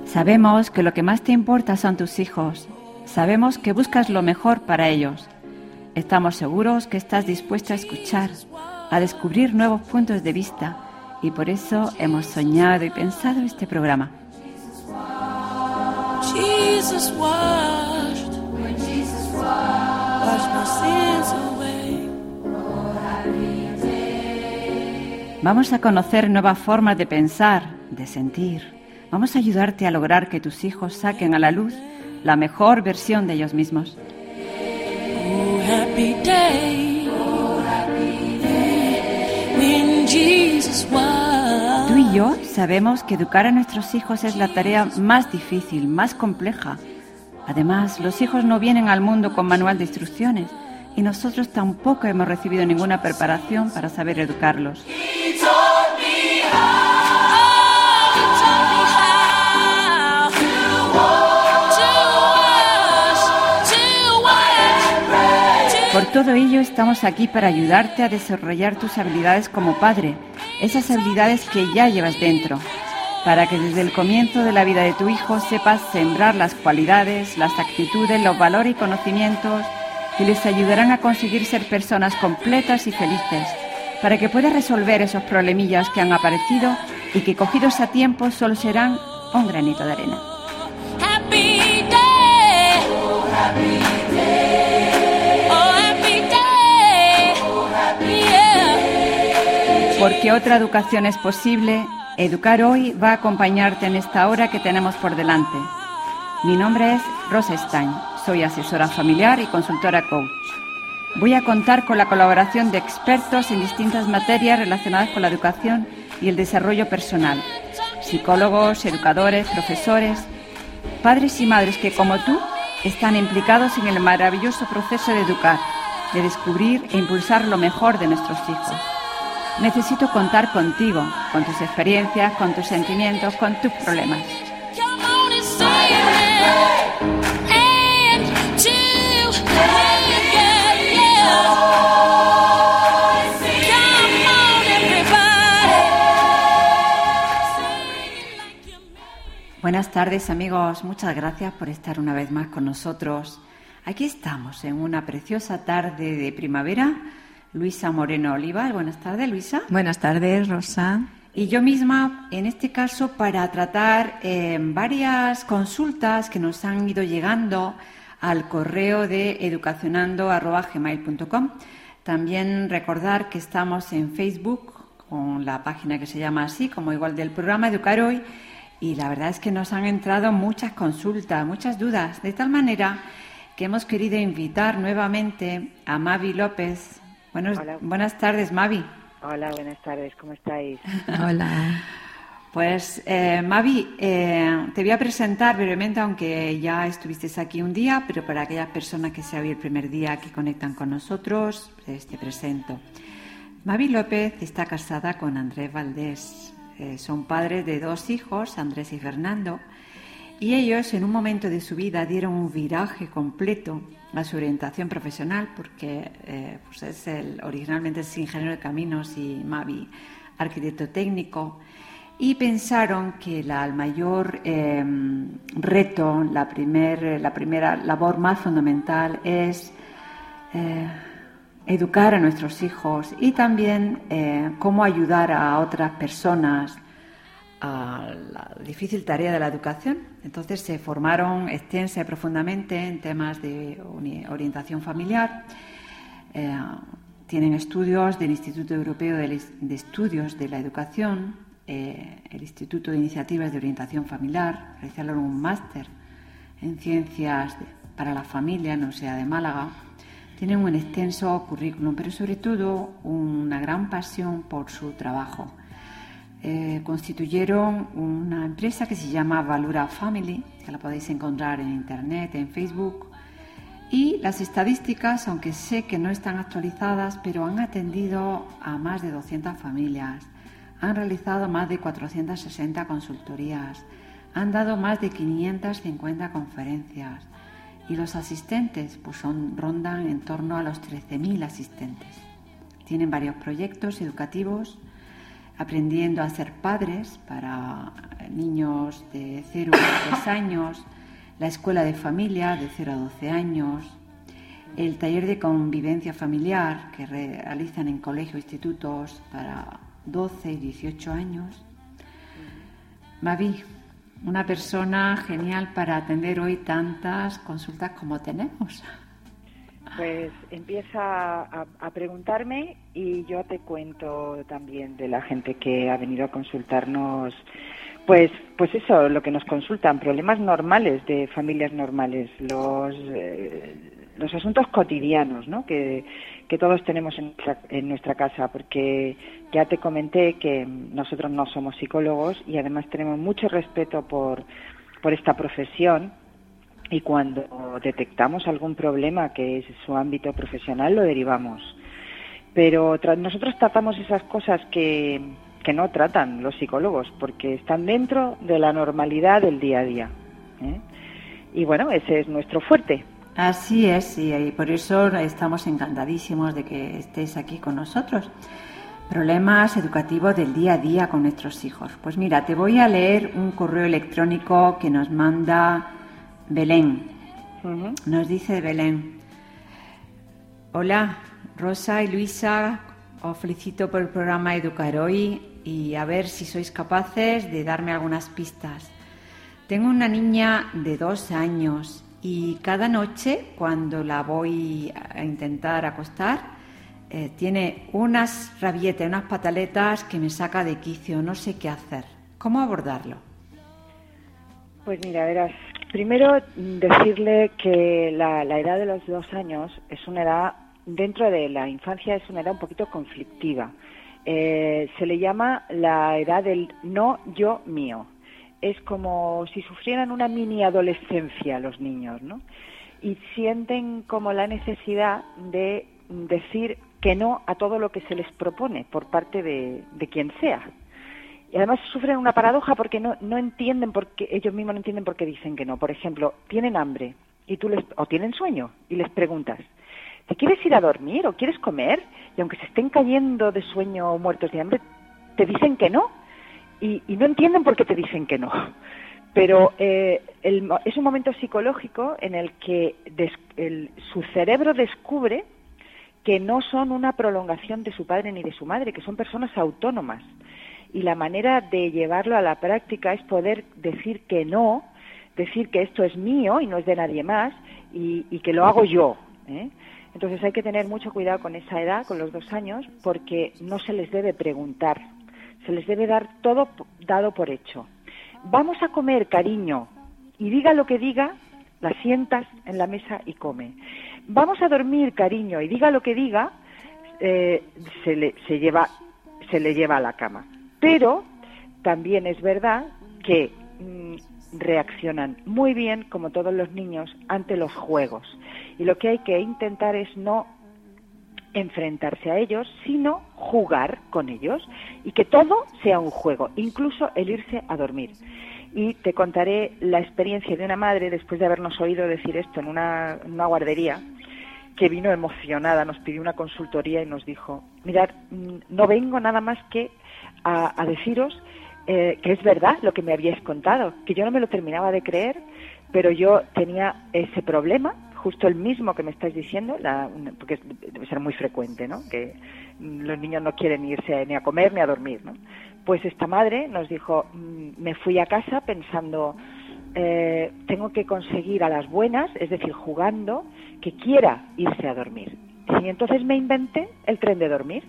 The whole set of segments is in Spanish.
Sabemos que lo que más te importa son tus hijos. Sabemos que buscas lo mejor para ellos. Estamos seguros que estás dispuesta a escuchar, a descubrir nuevos puntos de vista, y por eso hemos soñado y pensado este programa. Jesus washed my sins away. Vamos a conocer nuevas formas de pensar, de sentir. Vamos a ayudarte a lograr que tus hijos saquen a la luz la mejor versión de ellos mismos. Oh, happy day, when Jesus washed. Tú y yo sabemos que educar a nuestros hijos es la tarea más difícil, más compleja. Además, los hijos no vienen al mundo con manual de instrucciones y nosotros tampoco hemos recibido ninguna preparación para saber educarlos. He taught me how to wash. Por todo ello, estamos aquí para ayudarte a desarrollar tus habilidades como padre, esas habilidades que ya llevas dentro, para que desde el comienzo de la vida de tu hijo sepas sembrar las cualidades, las actitudes, los valores y conocimientos que les ayudarán a conseguir ser personas completas y felices, para que puedas resolver esos problemillas que han aparecido y que cogidos a tiempo solo serán un granito de arena. Happy day, oh happy day, oh happy day, yeah. Porque otra educación es posible, Educar Hoy va a acompañarte en esta hora que tenemos por delante. Mi nombre es Rosa Stein, soy asesora familiar y consultora coach. Voy a contar con la colaboración de expertos en distintas materias relacionadas con la educación y el desarrollo personal, psicólogos, educadores, profesores, padres y madres que, como tú, están implicados en el maravilloso proceso de educar, de descubrir e impulsar lo mejor de nuestros hijos. Necesito contar contigo, con tus experiencias, con tus sentimientos, con tus problemas. Come on and say it now. And two, yeah, yeah. Come on, everybody. Buenas tardes, amigos. Muchas gracias por estar una vez más con nosotros. Aquí estamos en una preciosa tarde de primavera. Luisa Moreno Oliva. Buenas tardes, Luisa. Buenas tardes, Rosa. Y yo misma, en este caso, para tratar varias consultas que nos han ido llegando al correo de educacionando@gmail.com. También recordar que estamos en Facebook con la página que se llama así, como igual del programa Educar Hoy, y la verdad es que nos han entrado muchas consultas, muchas dudas, de tal manera que hemos querido invitar nuevamente a Mavi López. Hola. Buenas tardes, Mavi. Hola, buenas tardes, ¿cómo estáis? Hola. Pues, Mavi, te voy a presentar brevemente, aunque ya estuviste aquí un día, pero para aquellas personas que sea hoy el primer día que conectan con nosotros, pues te presento. Mavi López está casada con Andrés Valdés. Son padres de 2 hijos, Andrés y Fernando, y ellos en un momento de su vida dieron un viraje completo a su orientación profesional, porque pues originalmente es ingeniero de caminos y Mavi arquitecto técnico, y pensaron que el mayor reto, la primera labor más fundamental es educar a nuestros hijos y también cómo ayudar a otras personas a la difícil tarea de la educación. Entonces se formaron extensa y profundamente en temas de orientación familiar. Tienen estudios del Instituto Europeo de Estudios de la Educación, el Instituto de Iniciativas de Orientación Familiar. Realizaron un máster en Ciencias para la Familia en la Universidad de Málaga. Tienen un extenso currículum, pero sobre todo una gran pasión por su trabajo. Constituyeron una empresa que se llama Valura Family, que la podéis encontrar en Internet, en Facebook. Y las estadísticas, aunque sé que no están actualizadas, pero han atendido a más de 200 familias, han realizado más de 460 consultorías, han dado más de 550 conferencias y los asistentes pues rondan en torno a los 13.000 asistentes. Tienen varios proyectos educativos. aprendiendo a ser padres para niños de 0 a 3 años, la escuela de familia de 0 a 12 años, el taller de convivencia familiar que realizan en colegios e institutos para 12 y 18 años. Mavi, una persona genial para atender hoy tantas consultas como tenemos. Pues empieza a preguntarme y yo te cuento también de la gente que ha venido a consultarnos. Pues eso, lo que nos consultan, problemas normales de familias normales, los asuntos cotidianos, ¿no? que todos tenemos en nuestra casa, porque ya te comenté que nosotros no somos psicólogos y además tenemos mucho respeto por esta profesión, y cuando detectamos algún problema que es su ámbito profesional lo derivamos. Pero nosotros tratamos esas cosas que no tratan los psicólogos, porque están dentro de la normalidad del día a día, ¿eh? Y bueno, ese es nuestro fuerte. Así es, y por eso estamos encantadísimos de que estés aquí con nosotros. Problemas educativos del día a día con nuestros hijos. Pues mira, te voy a leer un correo electrónico que nos manda Belén. Uh-huh. Nos dice Belén: hola, Rosa y Luisa, os felicito por el programa Educar Hoy y a ver si sois capaces de darme algunas pistas. Tengo una niña de 2 años y cada noche cuando la voy a intentar acostar tiene unas rabietas, unas pataletas que me saca de quicio, no sé qué hacer. ¿Cómo abordarlo? Pues mira, verás, primero decirle que la edad de los 2 años es una edad, dentro de la infancia, es una edad un poquito conflictiva. Se le llama la edad del no, yo, mío. Es como si sufrieran una mini adolescencia los niños, ¿no? Y sienten como la necesidad de decir que no a todo lo que se les propone por parte de quien sea. Y además sufren una paradoja porque no entienden ellos mismos no entienden por qué dicen que no. Por ejemplo, tienen hambre y o tienen sueño y les preguntas: ¿te quieres ir a dormir o quieres comer? Y aunque se estén cayendo de sueño o muertos de hambre, te dicen que no. Y no entienden por qué te dicen que no. Pero es un momento psicológico en el que su cerebro descubre que no son una prolongación de su padre ni de su madre, que son personas autónomas. Y la manera de llevarlo a la práctica es poder decir que no, decir que esto es mío y no es de nadie más, y que lo hago yo, ¿eh? Entonces hay que tener mucho cuidado con esa edad, con los 2 años, porque no se les debe preguntar, se les debe dar todo dado por hecho. Vamos a comer, cariño, y diga lo que diga, la sientas en la mesa y come. Vamos a dormir, cariño, y diga lo que diga, se le lleva a la cama. Pero también es verdad que reaccionan muy bien, como todos los niños, ante los juegos. Y lo que hay que intentar es no enfrentarse a ellos, sino jugar con ellos y que todo sea un juego, incluso el irse a dormir. Y te contaré la experiencia de una madre, después de habernos oído decir esto en una guardería, que vino emocionada, nos pidió una consultoría y nos dijo: mirad, no vengo nada más que a deciros que es verdad lo que me habíais contado, que yo no me lo terminaba de creer, pero yo tenía ese problema, justo el mismo que me estáis diciendo, porque debe ser muy frecuente, ¿no?, que los niños no quieren irse ni a comer ni a dormir, ¿no? Pues esta madre nos dijo: me fui a casa pensando, tengo que conseguir a las buenas, es decir, jugando, que quiera irse a dormir. Y entonces me inventé el tren de dormir.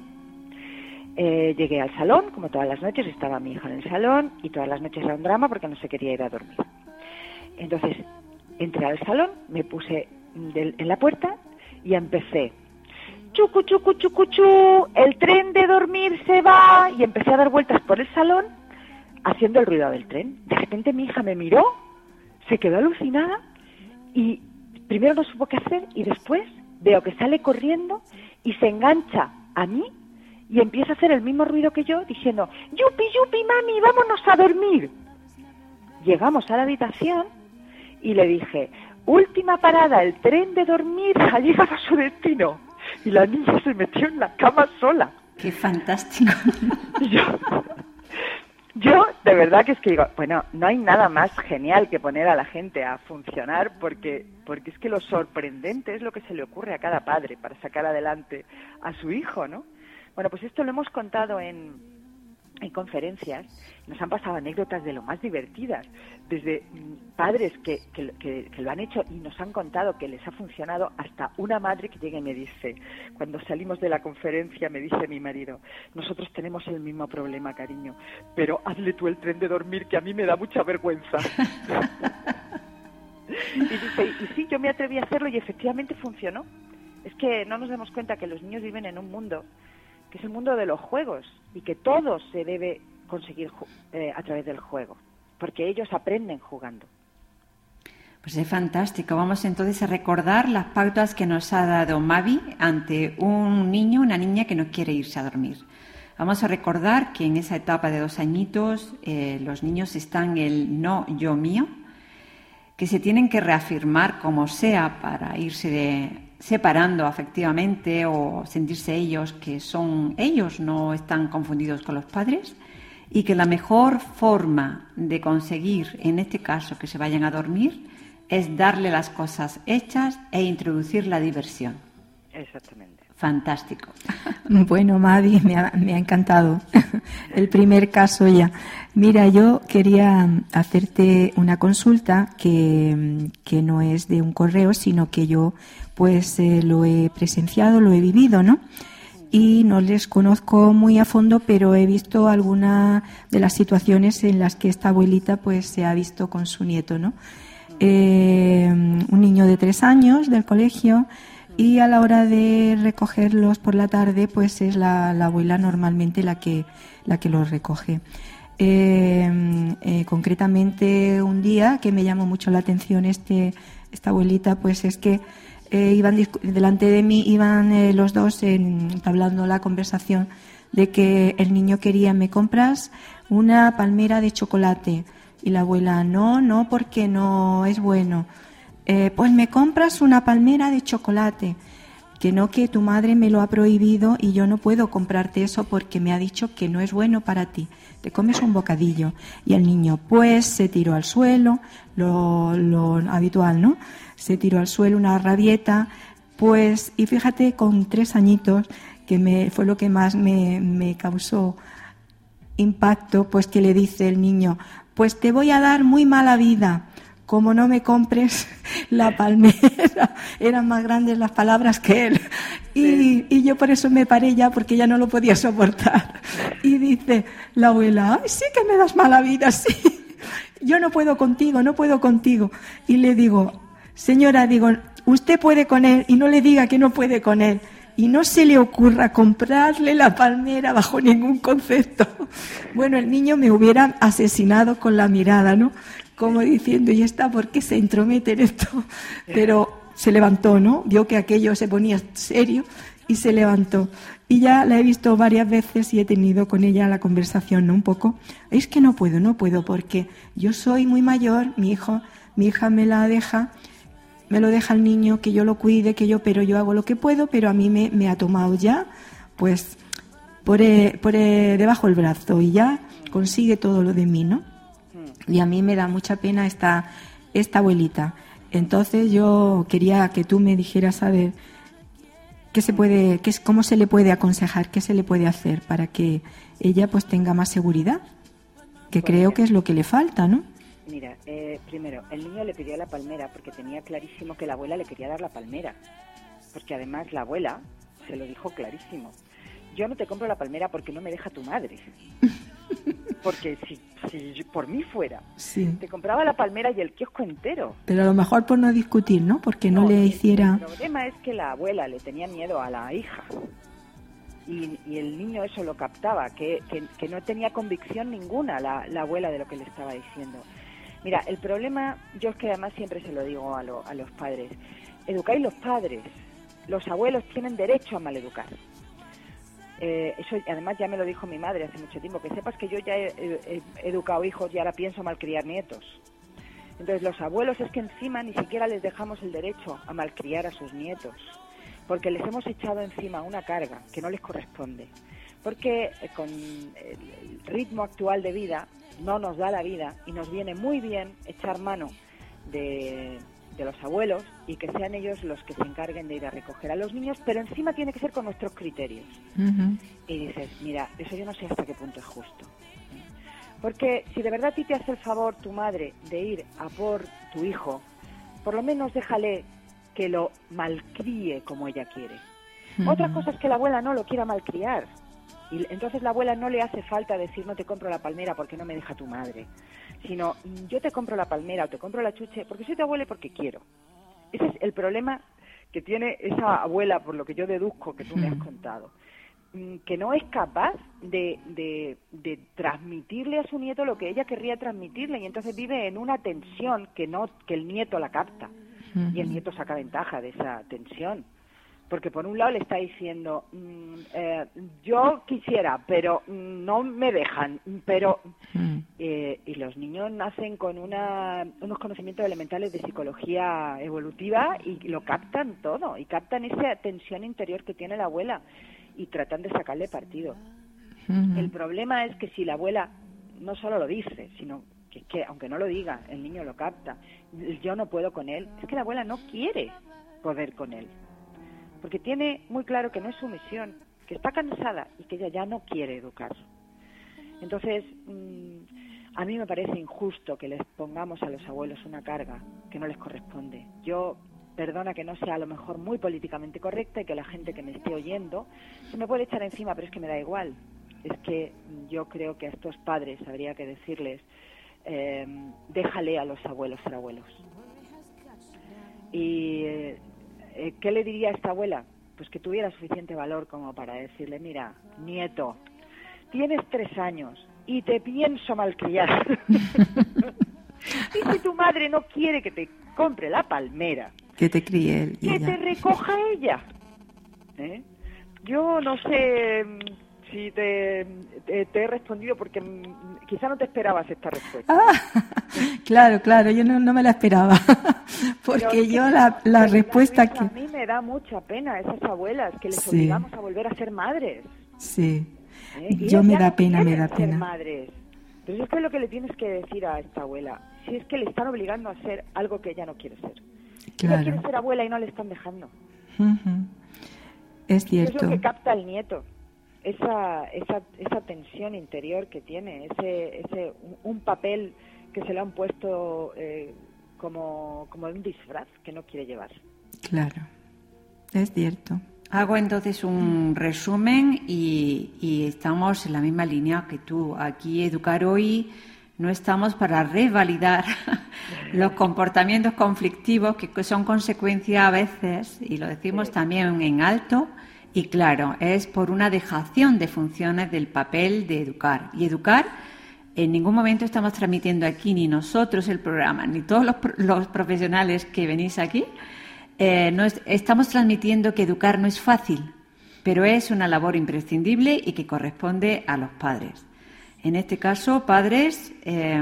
Llegué al salón, como todas las noches, estaba mi hija en el salón y todas las noches era un drama porque no se quería ir a dormir. Entonces entré al salón, me puse en la puerta y empecé: chucu, chucu, chucu, chu, el tren de dormir se va, y empecé a dar vueltas por el salón haciendo el ruido del tren. De repente mi hija me miró, se quedó alucinada y primero no supo qué hacer y después veo que sale corriendo y se engancha a mí y empieza a hacer el mismo ruido que yo, diciendo: yupi, yupi, mami, vámonos a dormir. Llegamos a la habitación y le dije: última parada, el tren de dormir ha llegado a su destino. Y la niña se metió en la cama sola. Qué fantástico. Yo de verdad que es que digo, bueno, no hay nada más genial que poner a la gente a funcionar porque es que lo sorprendente es lo que se le ocurre a cada padre para sacar adelante a su hijo, ¿no? Bueno, pues esto lo hemos contado en conferencias, nos han pasado anécdotas de lo más divertidas, desde padres que lo han hecho y nos han contado que les ha funcionado, hasta una madre que llega y me dice, cuando salimos de la conferencia, me dice mi marido, nosotros tenemos el mismo problema, cariño, pero hazle tú el tren de dormir, que a mí me da mucha vergüenza. Y dice, y sí, yo me atreví a hacerlo y efectivamente funcionó. Es que no nos damos cuenta que los niños viven en un mundo que es el mundo de los juegos y que todo se debe conseguir a través del juego, porque ellos aprenden jugando. Pues es fantástico. Vamos entonces a recordar las pautas que nos ha dado Mavi ante un niño, una niña que no quiere irse a dormir. Vamos a recordar que en esa etapa de 2 añitos los niños están en el no, yo, mío, que se tienen que reafirmar como sea para irse separando afectivamente o sentirse ellos que son ellos, no están confundidos con los padres, y que la mejor forma de conseguir, en este caso, que se vayan a dormir, es darle las cosas hechas e introducir la diversión. Exactamente. Fantástico. Bueno, Mavi, me ha encantado el primer caso ya. Mira, yo quería hacerte una consulta que no es de un correo, sino que yo pues lo he presenciado, lo he vivido, ¿no? Y no les conozco muy a fondo, pero he visto alguna de las situaciones en las que esta abuelita pues se ha visto con su nieto, ¿no? Un niño de 3 años del colegio, y a la hora de recogerlos por la tarde pues es la abuela normalmente la que los recoge. Concretamente un día que me llamó mucho la atención esta abuelita, pues es que iban delante de mí, iban los dos entablando la conversación de que el niño quería, ¿me compras una palmera de chocolate? Y la abuela, no, porque no es bueno. Pues me compras una palmera de chocolate. Que no, que tu madre me lo ha prohibido y yo no puedo comprarte eso porque me ha dicho que no es bueno para ti. Te comes un bocadillo. Y el niño pues se tiró al suelo, lo habitual, ¿no? Se tiró al suelo, una rabieta, pues, y fíjate, con 3 añitos, que fue lo que más me causó impacto, pues que le dice el niño, pues te voy a dar muy mala vida, como no me compres la palmera. Eran más grandes las palabras que él. Y yo por eso me paré ya, porque ya no lo podía soportar. Y dice la abuela, ay, sí que me das mala vida, sí. Yo no puedo contigo. Y le digo, señora, usted puede con él y no le diga que no puede con él. Y no se le ocurra comprarle la palmera bajo ningún concepto. Bueno, el niño me hubiera asesinado con la mirada, ¿no? Como diciendo, ¿y esta por qué se entromete en esto? Pero se levantó, ¿no? Vio que aquello se ponía serio y se levantó. Y ya la he visto varias veces y he tenido con ella la conversación, ¿no? Un poco. Es que no puedo, porque yo soy muy mayor, mi hija me lo deja el niño, que yo lo cuide, pero yo hago lo que puedo, pero a mí me ha tomado ya, pues, por debajo del brazo y ya consigue todo lo de mí, ¿no? Y a mí me da mucha pena esta abuelita. Entonces yo quería que tú me dijeras, a ver, cómo se le puede aconsejar, qué se le puede hacer para que ella pues tenga más seguridad, que Pues creo mira, que es lo que le falta, ¿no? Mira, primero, el niño le pidió la palmera porque tenía clarísimo que la abuela le quería dar la palmera, porque además la abuela se lo dijo clarísimo. Yo no te compro la palmera porque no me deja tu madre. Porque si por mí fuera, Sí. te compraba la palmera y el kiosco entero. Pero a lo mejor por no discutir, ¿no? Porque no le hiciera... El problema es que la abuela le tenía miedo a la hija. Y el niño eso lo captaba, que no tenía convicción ninguna la abuela de lo que le estaba diciendo. Mira, el problema, yo es que además siempre se lo digo a los padres, educáis los padres, los abuelos tienen derecho a maleducar. Eso además ya me lo dijo mi madre hace mucho tiempo, que sepas que yo ya he educado hijos y ahora pienso malcriar nietos. Entonces los abuelos es que encima ni siquiera les dejamos el derecho a malcriar a sus nietos, porque les hemos echado encima una carga que no les corresponde. porque con el ritmo actual de vida no nos da la vida y nos viene muy bien echar mano de los abuelos y que sean ellos los que se encarguen de ir a recoger a los niños, pero encima tiene que ser con nuestros criterios. Ujú. Y dices, mira, eso yo no sé hasta qué punto es justo. Porque si de verdad a ti te hace el favor tu madre de ir a por tu hijo, por lo menos déjale que lo malcríe como ella quiere. Otra cosa es que la abuela no lo quiera malcriar. Y entonces la abuela no le hace falta decir no te compro la palmera porque no me deja tu madre, sino yo te compro la palmera o te compro la chuche porque soy tu abuela y porque quiero. Ese es el problema que tiene esa abuela, por lo que yo deduzco que tú me has contado, que no es capaz de transmitirle a su nieto lo que ella querría transmitirle, y entonces vive en una tensión que el nieto la capta, y el nieto saca ventaja de esa tensión. Porque por un lado le está diciendo, yo quisiera, pero no me dejan, pero... y los niños nacen con unos conocimientos elementales de psicología evolutiva y lo captan todo, y captan esa tensión interior que tiene la abuela y tratan de sacarle partido. El problema es que si la abuela no solo lo dice, sino que aunque no lo diga, el niño lo capta, yo no puedo con él, es que la abuela no quiere poder con él. Porque tiene muy claro que no es su misión, que está cansada y que ella ya no quiere educar. Entonces, a mí me parece injusto que les pongamos a los abuelos una carga que no les corresponde. Yo, perdona que no sea a lo mejor muy políticamente correcta y que la gente que me esté oyendo se me puede echar encima, pero es que me da igual. Es que yo creo que a estos padres habría que decirles, déjale a los abuelos ser abuelos. Y... ¿qué le diría a esta abuela? Pues que tuviera suficiente valor como para decirle, mira, nieto, tienes 3 años y te pienso malcriar. Y si tu madre no quiere que te compre la palmera, que te críe él. Que te recoja ella. Yo no sé si te he respondido porque quizá no te esperabas esta respuesta. Claro, yo no me la esperaba. Porque yo la respuesta que... A mí me da mucha pena esas abuelas que les obligamos a volver a ser madres. Sí, Y yo me da no pena. Ser madres. Pero es que es lo que le tienes que decir a esta abuela. Si es que le están obligando a hacer algo que ella no quiere ser. Claro. Ella quiere ser abuela y no le están dejando. Es cierto. Es lo que capta el nieto. Esa tensión interior que tiene, un papel que se le han puesto como un disfraz que no quiere llevar. Claro, es cierto. Hago entonces un resumen y estamos en la misma línea que tú. Aquí Educar Hoy no estamos para revalidar los comportamientos conflictivos que son consecuencia a veces, y lo decimos también en alto, y claro, es por una dejación de funciones del papel de educar. Y educar, en ningún momento estamos transmitiendo aquí, ni nosotros el programa, ni todos los profesionales que venís aquí, estamos transmitiendo que educar no es fácil, pero es una labor imprescindible y que corresponde a los padres. En este caso, padres,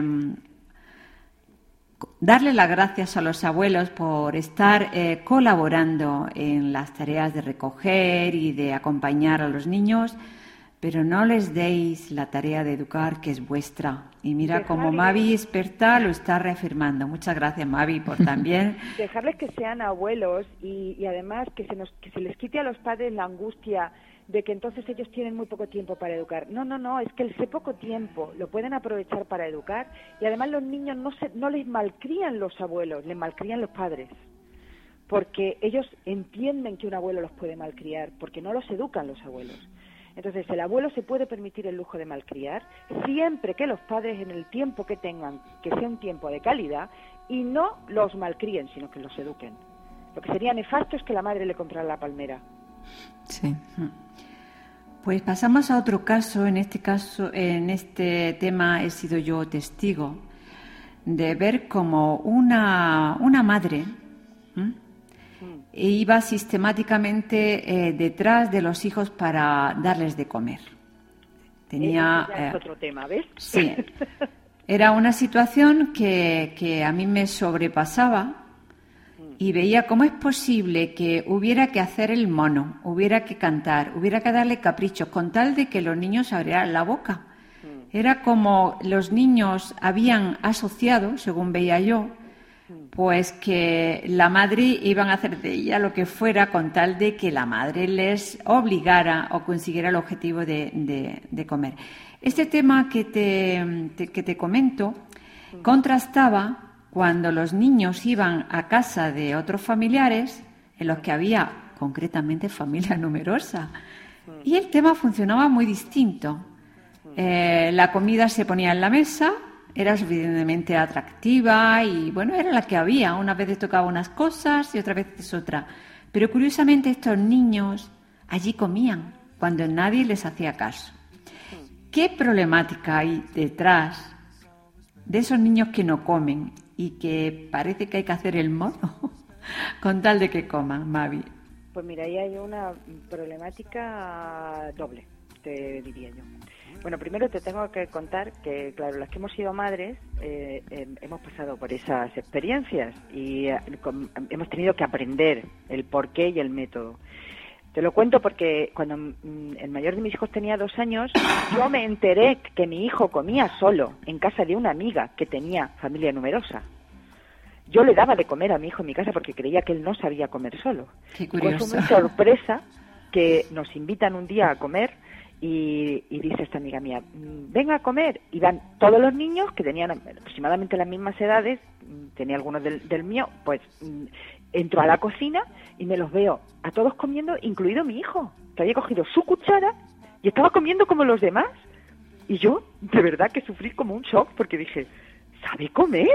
darle las gracias a los abuelos por estar colaborando en las tareas de recoger y de acompañar a los niños, pero no les deis la tarea de educar, que es vuestra. Y mira cómo Mavi, experta, lo está reafirmando. Muchas gracias, Mavi, por también... Dejarles que sean abuelos y además que se les quite a los padres la angustia de que entonces ellos tienen muy poco tiempo para educar. No, es que ese poco tiempo lo pueden aprovechar para educar, y además los niños no les malcrían los abuelos, les malcrían los padres, porque ellos entienden que un abuelo los puede malcriar, porque no los educan los abuelos. Entonces el abuelo se puede permitir el lujo de malcriar siempre que los padres, en el tiempo que tengan, que sea un tiempo de calidad, y no los malcríen, sino que los eduquen. Lo que sería nefasto es que la madre le comprara la palmera. Sí. Pues pasamos a otro caso. En este tema he sido yo testigo de ver como una madre iba sistemáticamente detrás de los hijos para darles de comer. Tenía es otro tema, ¿ves? Sí. Era una situación que a mí me sobrepasaba y veía cómo es posible que hubiera que hacer el mono, hubiera que cantar, hubiera que darle caprichos con tal de que los niños abrieran la boca. Era como los niños habían asociado, según veía yo, pues que la madre iban a hacer de ella lo que fuera con tal de que la madre les obligara o consiguiera el objetivo de comer. Este tema que te comento contrastaba cuando los niños iban a casa de otros familiares en los que había concretamente familia numerosa y el tema funcionaba muy distinto. La comida se ponía en la mesa, era suficientemente atractiva y bueno, era la que había. Unas veces tocaba unas cosas y otras veces otra. Pero curiosamente estos niños allí comían cuando nadie les hacía caso. ¿Qué problemática hay detrás de esos niños que no comen y que parece que hay que hacer el mono con tal de que coman, Mavi? Pues mira, ahí hay una problemática doble, te diría yo. Bueno, primero te tengo que contar que, claro, las que hemos sido madres hemos pasado por esas experiencias y hemos tenido que aprender el porqué y el método. Te lo cuento porque cuando el mayor de mis hijos tenía 2 años, yo me enteré que mi hijo comía solo en casa de una amiga que tenía familia numerosa. Yo le daba de comer a mi hijo en mi casa porque creía que él no sabía comer solo. Qué curioso. Pues fue una sorpresa que nos invitan un día a comer y dice esta amiga mía, venga a comer. Y van todos los niños que tenían aproximadamente las mismas edades, tenía algunos del mío, pues entro a la cocina y me los veo a todos comiendo, incluido mi hijo, que había cogido su cuchara y estaba comiendo como los demás. Y yo, de verdad que sufrí como un shock porque dije, ¿sabe comer?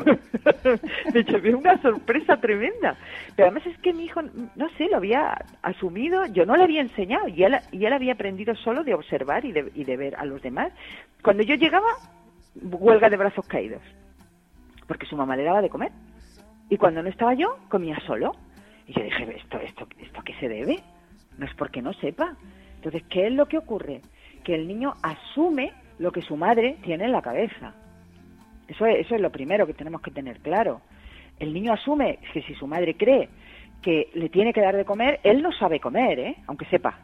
Me llevé una sorpresa tremenda. Pero además es que mi hijo, no sé, lo había asumido, yo no le había enseñado y él había aprendido solo de observar y de ver a los demás. Cuando yo llegaba, huelga de brazos caídos, porque su mamá le daba de comer. Y cuando no estaba yo, comía solo. Y yo dije, ¿esto a qué se debe? No es porque no sepa. Entonces, ¿qué es lo que ocurre? Que el niño asume lo que su madre tiene en la cabeza. Eso es lo primero que tenemos que tener claro. El niño asume que si su madre cree que le tiene que dar de comer, él no sabe comer, aunque sepa.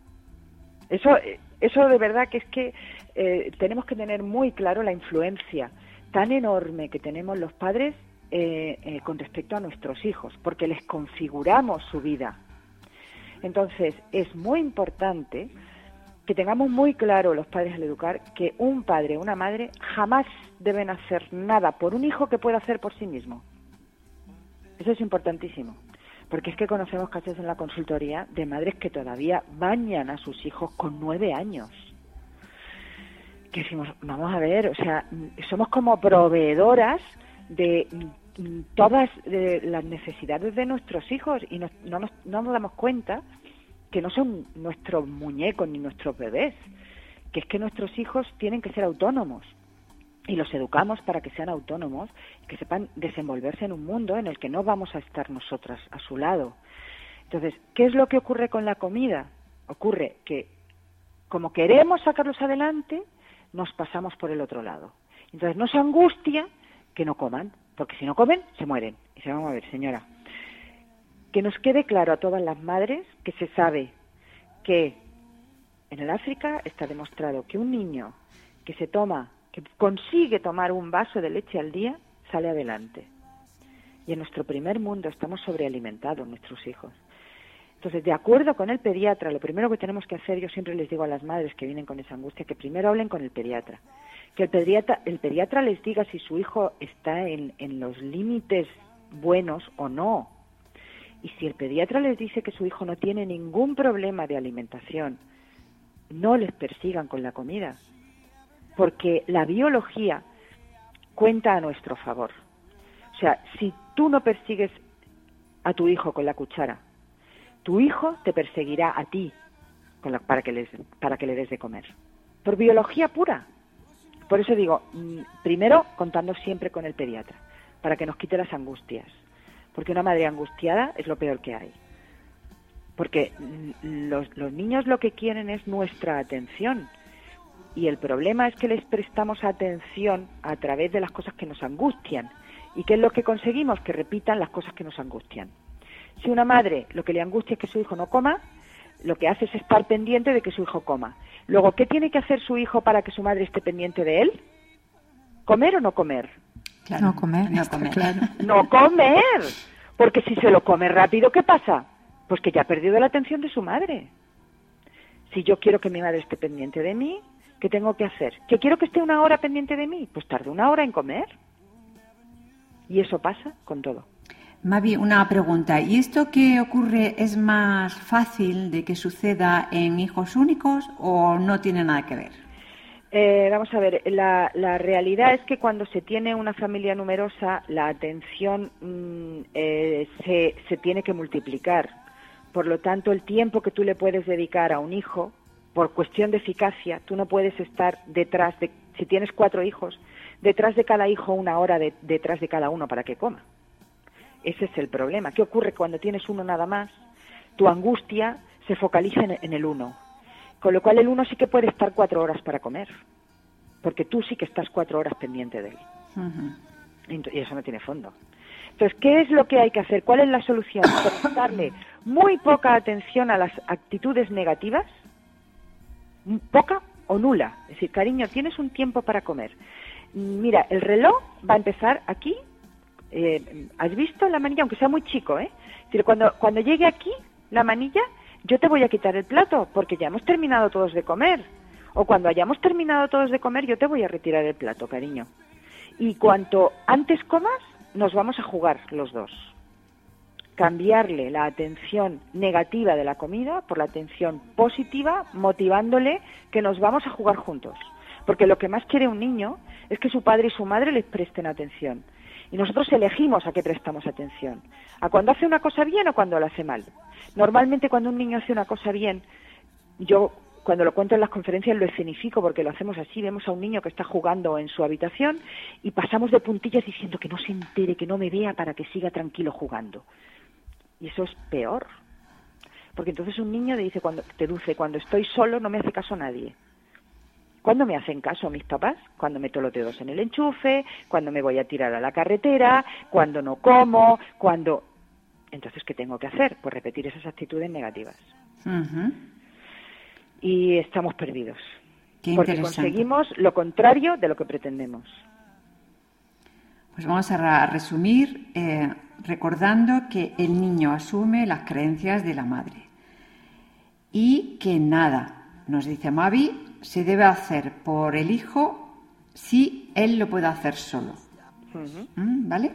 Eso de verdad que es que tenemos que tener muy claro la influencia tan enorme que tenemos los padres con respecto a nuestros hijos, porque les configuramos su vida. Entonces, es muy importante que tengamos muy claro los padres al educar que un padre o una madre jamás deben hacer nada por un hijo que pueda hacer por sí mismo. Eso es importantísimo, porque es que conocemos casos en la consultoría de madres que todavía bañan a sus hijos con 9 años. Que decimos, vamos a ver, o sea, somos como proveedoras de todas las necesidades de nuestros hijos y no nos damos cuenta que no son nuestros muñecos ni nuestros bebés, que es que nuestros hijos tienen que ser autónomos y los educamos para que sean autónomos y que sepan desenvolverse en un mundo en el que no vamos a estar nosotras a su lado. Entonces, ¿qué es lo que ocurre con la comida? Ocurre que como queremos sacarlos adelante, nos pasamos por el otro lado. Entonces nos angustia que no coman, porque si no comen, se mueren. Y se vamos a ver, señora, que nos quede claro a todas las madres que se sabe que en el África está demostrado que un niño que consigue tomar un vaso de leche al día, sale adelante. Y en nuestro primer mundo estamos sobrealimentados, nuestros hijos. Entonces, de acuerdo con el pediatra, lo primero que tenemos que hacer, yo siempre les digo a las madres que vienen con esa angustia, que primero hablen con el pediatra. Que el pediatra les diga si su hijo está en los límites buenos o no. Y si el pediatra les dice que su hijo no tiene ningún problema de alimentación, no les persigan con la comida, porque la biología cuenta a nuestro favor. O sea, si tú no persigues a tu hijo con la cuchara, tu hijo te perseguirá a ti para que le des de comer. Por biología pura. Por eso digo, primero contando siempre con el pediatra, para que nos quite las angustias. Porque una madre angustiada es lo peor que hay. Porque los niños lo que quieren es nuestra atención. Y el problema es que les prestamos atención a través de las cosas que nos angustian ¿Y qué es lo que conseguimos? Que repitan las cosas que nos angustian. Si una madre lo que le angustia es que su hijo no coma, lo que hace es estar pendiente de que su hijo coma. Luego, ¿qué tiene que hacer su hijo para que su madre esté pendiente de él? ¿Comer o no comer? Claro, no comer, no está comer. claro. No comer, porque si se lo come rápido, ¿qué pasa? Pues que ya ha perdido la atención de su madre. Si yo quiero que mi madre esté pendiente de mí, ¿qué tengo que hacer? ¿Que quiero que esté 1 hora pendiente de mí? Pues tarde 1 hora en comer. Y eso pasa con todo. Mavi, una pregunta. ¿Y esto que ocurre es más fácil de que suceda en hijos únicos o no tiene nada que ver? Vamos a ver, la realidad es que cuando se tiene una familia numerosa, la atención se tiene que multiplicar. Por lo tanto, el tiempo que tú le puedes dedicar a un hijo, por cuestión de eficacia, tú no puedes estar detrás de, si tienes 4 hijos, detrás de cada hijo 1 hora detrás de cada uno para que coma. Ese es el problema. ¿Qué ocurre cuando tienes uno nada más? Tu angustia se focaliza en el uno. Con lo cual el uno sí que puede estar 4 horas para comer, porque tú sí que estás 4 horas pendiente de él. Y eso no tiene fondo. Entonces, ¿qué es lo que hay que hacer? ¿Cuál es la solución? Prestarle muy poca atención a las actitudes negativas, poca o nula. Es decir, cariño, tienes un tiempo para comer. Mira, el reloj va a empezar aquí. ¿Has visto la manilla? Aunque sea muy chico, ¿eh? Es decir, cuando llegue aquí la manilla, yo te voy a quitar el plato porque ya hemos terminado todos de comer. O cuando hayamos terminado todos de comer, yo te voy a retirar el plato, cariño. Y cuanto antes comas, nos vamos a jugar los dos. Cambiarle la atención negativa de la comida por la atención positiva, motivándole que nos vamos a jugar juntos. Porque lo que más quiere un niño es que su padre y su madre les presten atención. Y nosotros elegimos a qué prestamos atención. A cuando hace una cosa bien o cuando la hace mal. Normalmente cuando un niño hace una cosa bien, yo cuando lo cuento en las conferencias lo escenifico porque lo hacemos así. Vemos a un niño que está jugando en su habitación y pasamos de puntillas diciendo que no se entere, que no me vea para que siga tranquilo jugando. Y eso es peor. Porque entonces un niño te dice, cuando estoy solo no me hace caso a nadie. ¿Cuándo me hacen caso mis papás? Cuando meto los dedos en el enchufe, cuando me voy a tirar a la carretera, cuando no como, cuando... Entonces, ¿qué tengo que hacer? Pues repetir esas actitudes negativas. Y estamos perdidos. Qué porque interesante. conseguimos lo contrario de lo que pretendemos. Pues vamos a resumir recordando que el niño asume las creencias de la madre y que nada, nos dice Mavi, se debe hacer por el hijo si él lo puede hacer solo. ¿Vale?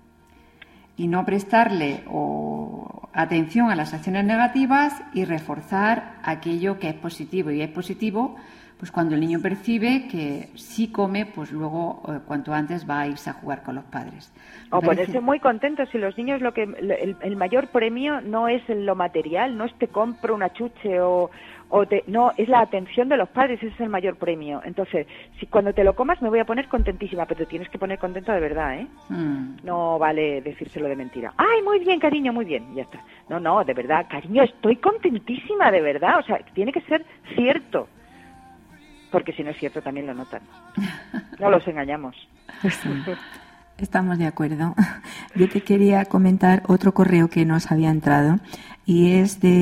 Y no prestarle atención a las acciones negativas y reforzar aquello que es positivo. Y es positivo pues cuando el niño percibe que si come, pues luego cuanto antes va a irse a jugar con los padres. O ponerse muy contentos. Si los niños el mayor premio no es lo material, no es te compro una chuche no, es la atención de los padres, ese es el mayor premio. Entonces, si cuando te lo comas me voy a poner contentísima, pero te tienes que poner contento de verdad, ¿eh? No vale decírselo de mentira. ¡Ay, muy bien, cariño, muy bien! Ya está. No, de verdad, cariño, estoy contentísima, de verdad. O sea, tiene que ser cierto. Porque si no es cierto también lo notan. No los engañamos. Sí, estamos de acuerdo. Yo te quería comentar otro correo que nos había entrado y es de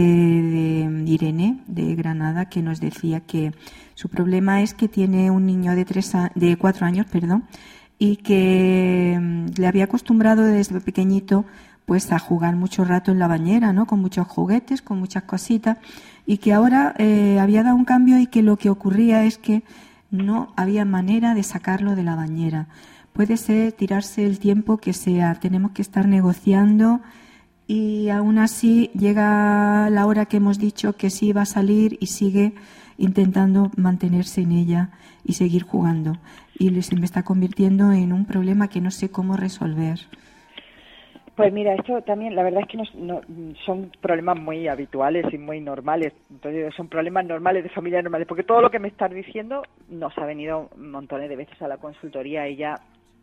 Irene de Granada, que nos decía que su problema es que tiene un niño de 4 años, y que le había acostumbrado desde pequeñito pues a jugar mucho rato en la bañera, ¿no? Con muchos juguetes, con muchas cositas, y que ahora había dado un cambio y que lo que ocurría es que no había manera de sacarlo de la bañera. Puede ser tirarse el tiempo que sea, tenemos que estar negociando y aún así llega la hora que hemos dicho que sí va a salir y sigue intentando mantenerse en ella y seguir jugando. Y se me está convirtiendo en un problema que no sé cómo resolver. Pues mira, esto también, la verdad es que no, son problemas muy habituales y muy normales. Entonces, son problemas normales de familias normales, porque todo lo que me estás diciendo nos ha venido montones de veces a la consultoría y ya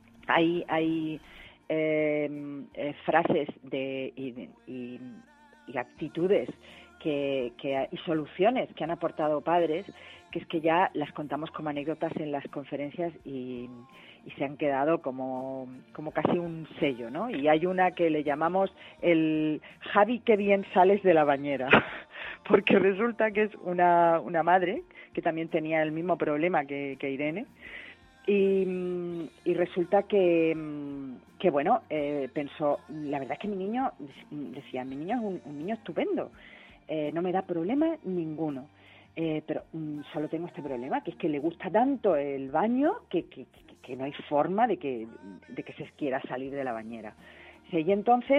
hay frases y actitudes y soluciones que han aportado padres, que es que ya las contamos como anécdotas en las conferencias y se han quedado como casi un sello, ¿no? Y hay una que le llamamos el Javi, qué bien sales de la bañera, porque resulta que es una madre que también tenía el mismo problema que Irene, y resulta que bueno, pensó, la verdad es que mi niño es un niño estupendo, no me da problema ninguno. Pero solo tengo este problema, que es que le gusta tanto el baño que no hay forma de que se quiera salir de la bañera. Sí, y entonces,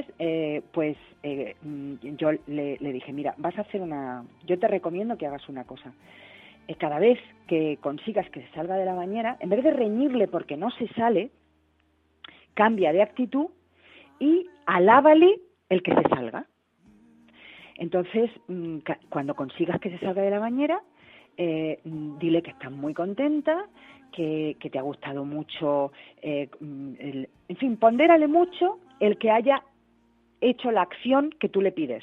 yo le dije, mira, vas a hacer yo te recomiendo que hagas una cosa. Cada vez que consigas que se salga de la bañera, en vez de reñirle porque no se sale, cambia de actitud y alábale el que se salga. Entonces, cuando consigas que se salga de la bañera, dile que estás muy contenta, que te ha gustado mucho, en fin, pondérale mucho el que haya hecho la acción que tú le pides.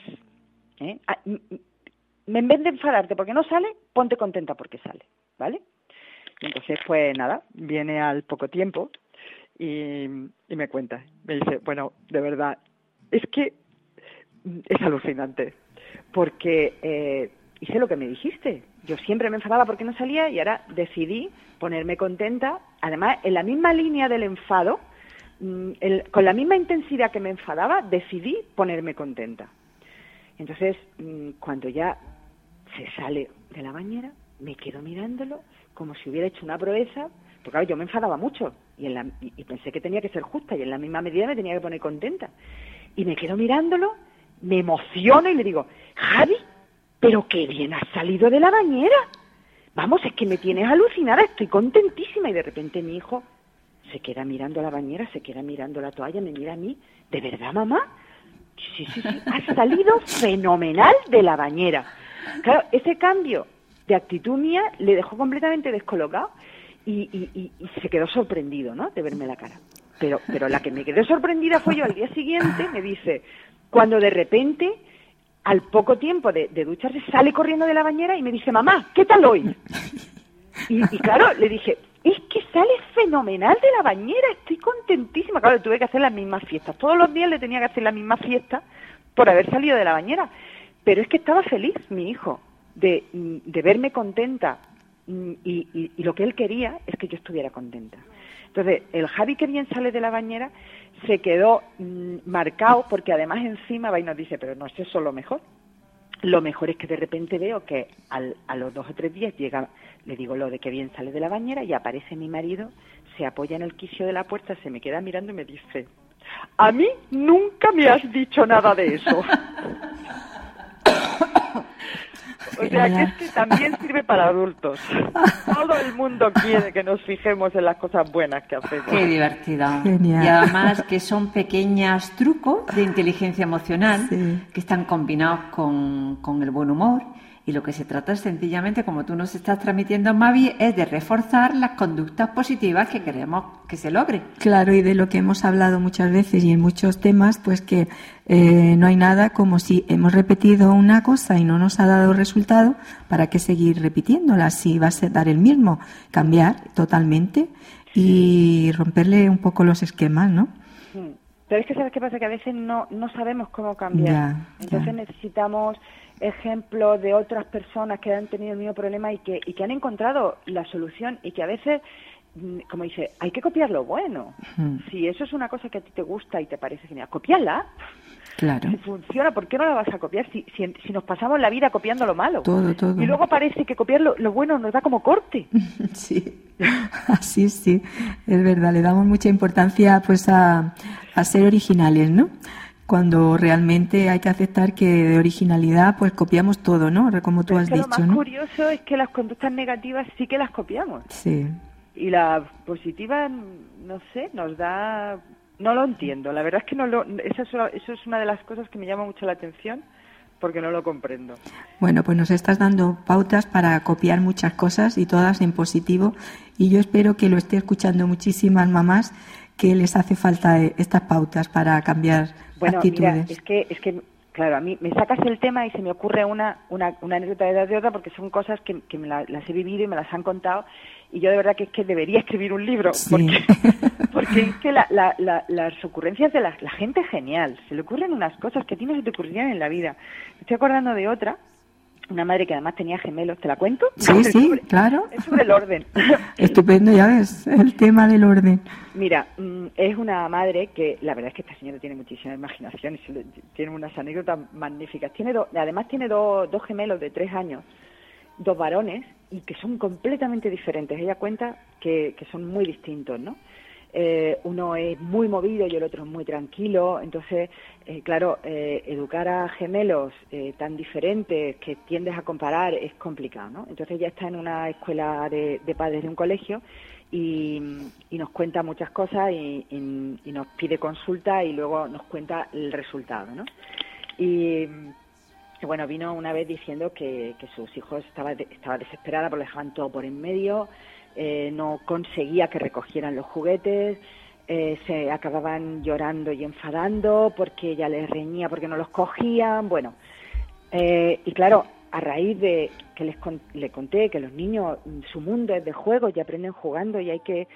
En vez de enfadarte porque no sale, ponte contenta porque sale, ¿vale? Entonces, pues nada, viene al poco tiempo y me cuenta, me dice, bueno, de verdad, es que es alucinante, porque hice lo que me dijiste. Yo siempre me enfadaba porque no salía y ahora decidí ponerme contenta, además en la misma línea del enfado, con la misma intensidad que me enfadaba, decidí ponerme contenta. Entonces, cuando ya se sale de la bañera, me quedo mirándolo como si hubiera hecho una proeza, porque claro, yo me enfadaba mucho y pensé que tenía que ser justa y en la misma medida me tenía que poner contenta. Y me quedo mirándolo, me emociono y le digo, Javi, pero qué bien has salido de la bañera. Vamos, es que me tienes alucinada, estoy contentísima. Y de repente mi hijo se queda mirando la bañera, se queda mirando la toalla, me mira a mí, ¿de verdad, mamá? Sí, has salido fenomenal de la bañera. Claro, ese cambio de actitud mía le dejó completamente descolocado y se quedó sorprendido, ¿no?, de verme la cara. Pero la que me quedé sorprendida fue yo al día siguiente, me dice, cuando de repente, al poco tiempo de ducharse, sale corriendo de la bañera y me dice, mamá, ¿qué tal hoy? Y claro, le dije, es que sales fenomenal de la bañera, estoy contentísima. Claro, tuve que hacer las mismas fiestas. Todos los días le tenía que hacer la misma fiesta por haber salido de la bañera. Pero es que estaba feliz, mi hijo, de verme contenta. Y lo que él quería es que yo estuviera contenta. Entonces, el Javi que bien sale de la bañera se quedó marcado, porque además encima va y nos dice, pero no es eso lo mejor. Lo mejor es que de repente veo que a los 2 o 3 días llega, le digo lo de que bien sale de la bañera y aparece mi marido, se apoya en el quicio de la puerta, se me queda mirando y me dice, a mí nunca me has dicho nada de eso. O sea, que es que también sirve para adultos. Todo el mundo quiere que nos fijemos en las cosas buenas que hacemos. Qué divertido. Genial. Y además que son pequeños trucos de inteligencia emocional, sí, que están combinados con el buen humor. Y lo que se trata es sencillamente, como tú nos estás transmitiendo, Mavi, es de reforzar las conductas positivas que queremos que se logre. Claro, y de lo que hemos hablado muchas veces y en muchos temas, pues que no hay nada como si hemos repetido una cosa y no nos ha dado resultado, ¿para qué seguir repitiéndola? Si va a dar el mismo, cambiar totalmente y romperle un poco los esquemas, ¿no? Pero es que, ¿sabes qué pasa? Que a veces no sabemos cómo cambiar. Entonces necesitamos ejemplos de otras personas que han tenido el mismo problema y que han encontrado la solución, y que a veces, como dice, hay que copiar lo bueno. Si eso es una cosa que a ti te gusta y te parece genial, cópiala. Claro. Si funciona, ¿por qué no la vas a copiar? Si nos pasamos la vida copiando lo malo. Todo. Y luego parece que copiar lo bueno nos da como corte. Sí, así sí, es verdad. Le damos mucha importancia pues a ser originales, ¿no? Cuando realmente hay que aceptar que de originalidad pues copiamos todo, ¿no? Como tú has dicho, ¿no? Lo más ¿no? curioso es que las conductas negativas sí que las copiamos. Sí. Y las positivas, no sé, nos da... No lo entiendo, la verdad es que eso es una de las cosas que me llama mucho la atención, porque no lo comprendo. Bueno, pues nos estás dando pautas para copiar muchas cosas y todas en positivo, y yo espero que lo esté escuchando muchísimas mamás que les hace falta estas pautas para cambiar actitudes. Mira, es que claro, a mí me sacas el tema y se me ocurre una anécdota de otra, porque son cosas que las he vivido y me las han contado, y yo de verdad que es que debería escribir un libro, Sí. porque es que las ocurrencias de la gente es genial, se le ocurren unas cosas que a ti no se te ocurrirían en la vida. Me estoy acordando de otra, una madre que además tenía gemelos, ¿te la cuento? Sí, claro. Es sobre el orden. Estupendo, ya ves, el tema del orden. Mira, es una madre que la verdad es que esta señora tiene muchísima imaginación y tiene unas anécdotas magníficas. Además tiene dos gemelos de 3 años, 2 varones, y que son completamente diferentes. Ella cuenta que son muy distintos, ¿no? Uno es muy movido y el otro es muy tranquilo. Entonces, claro, educar a gemelos tan diferentes que tiendes a comparar es complicado, ¿no? Entonces ella está en una escuela de padres de un colegio y nos cuenta muchas cosas y nos pide consulta y luego nos cuenta el resultado, ¿no? Y bueno, vino una vez diciendo que sus hijos estaba desesperada porque dejaban todo por en medio, no conseguía que recogieran los juguetes, se acababan llorando y enfadando porque ella les reñía porque no los cogían, bueno, y claro, a raíz de que le conté que los niños, su mundo es de juegos y aprenden jugando y hay que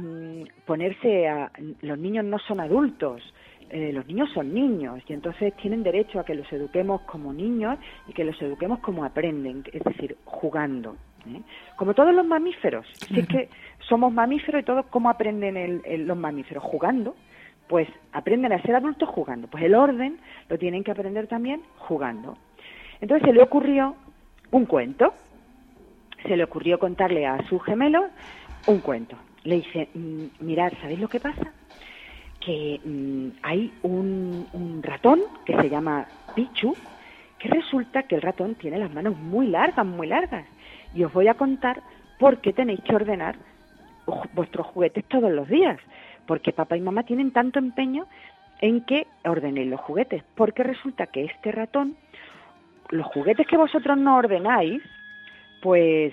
los niños no son adultos, los niños son niños y entonces tienen derecho a que los eduquemos como niños y que los eduquemos como aprenden, es decir, jugando, ¿eh? Como todos los mamíferos, si es que somos mamíferos y todos, ¿cómo aprenden los mamíferos? Jugando. Pues aprenden a ser adultos jugando, pues el orden lo tienen que aprender también jugando. Entonces se le ocurrió un cuento, se le ocurrió contarle a su gemelo un cuento. Le dice, mirad, ¿sabéis lo que pasa? Que hay un ratón que se llama Pichu, que resulta que el ratón tiene las manos muy largas, y os voy a contar por qué tenéis que ordenar vuestros juguetes todos los días, porque papá y mamá tienen tanto empeño en que ordenéis los juguetes, porque resulta que este ratón, los juguetes que vosotros no ordenáis, pues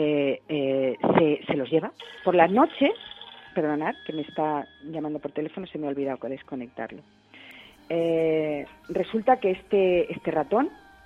se los lleva por las noches. Perdonad, que me está llamando por teléfono, se me ha olvidado desconectarlo. Resulta que este ratón,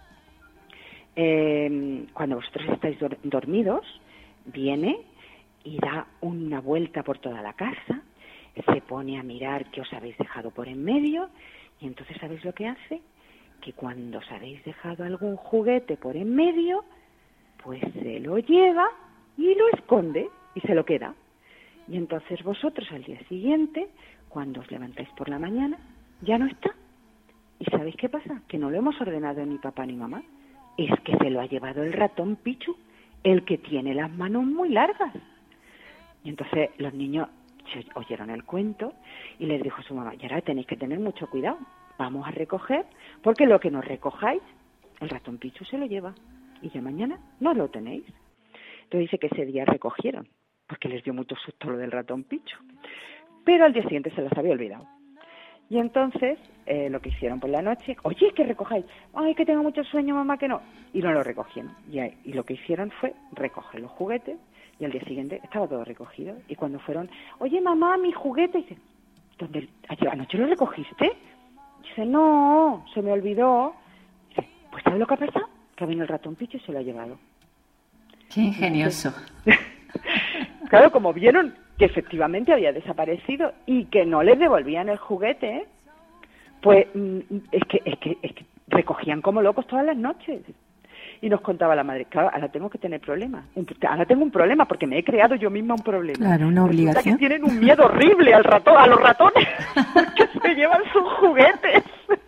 cuando vosotros estáis dormidos, viene y da una vuelta por toda la casa, se pone a mirar qué os habéis dejado por en medio, y entonces ¿sabéis lo que hace? Que cuando os habéis dejado algún juguete por en medio, pues se lo lleva y lo esconde y se lo queda. Y entonces vosotros al día siguiente, cuando os levantáis por la mañana, ya no está. ¿Y sabéis qué pasa? Que no lo hemos ordenado ni papá ni mamá. Es que se lo ha llevado el ratón Pichu, el que tiene las manos muy largas. Y entonces los niños se oyeron el cuento y les dijo su mamá, y ahora tenéis que tener mucho cuidado, vamos a recoger, porque lo que nos recojáis, el ratón Pichu se lo lleva, y ya mañana no lo tenéis. Entonces dice que ese día recogieron, porque les dio mucho susto lo del ratón Pichu, pero al día siguiente se las había olvidado. Y entonces lo que hicieron por la noche, oye, que recojáis, ay, que tengo mucho sueño, mamá, que no, y no lo recogieron. Y lo que hicieron fue recoger los juguetes, y al día siguiente estaba todo recogido. Y cuando fueron, oye, mamá, mi juguete, dice, ¿dónde? ¿Anoche lo recogiste? Dice, no, se me olvidó. Dice, pues ¿sabes lo que ha pasado? Que ha venido el ratón Pichu y se lo ha llevado. Qué ingenioso. Claro, como vieron que efectivamente había desaparecido y que no les devolvían el juguete, pues es que recogían como locos todas las noches. Y nos contaba la madre, claro, ahora tengo que tener problemas. Ahora tengo un problema porque me he creado yo misma un problema. Claro, una obligación. Que tienen un miedo horrible a los ratones porque se llevan sus juguetes.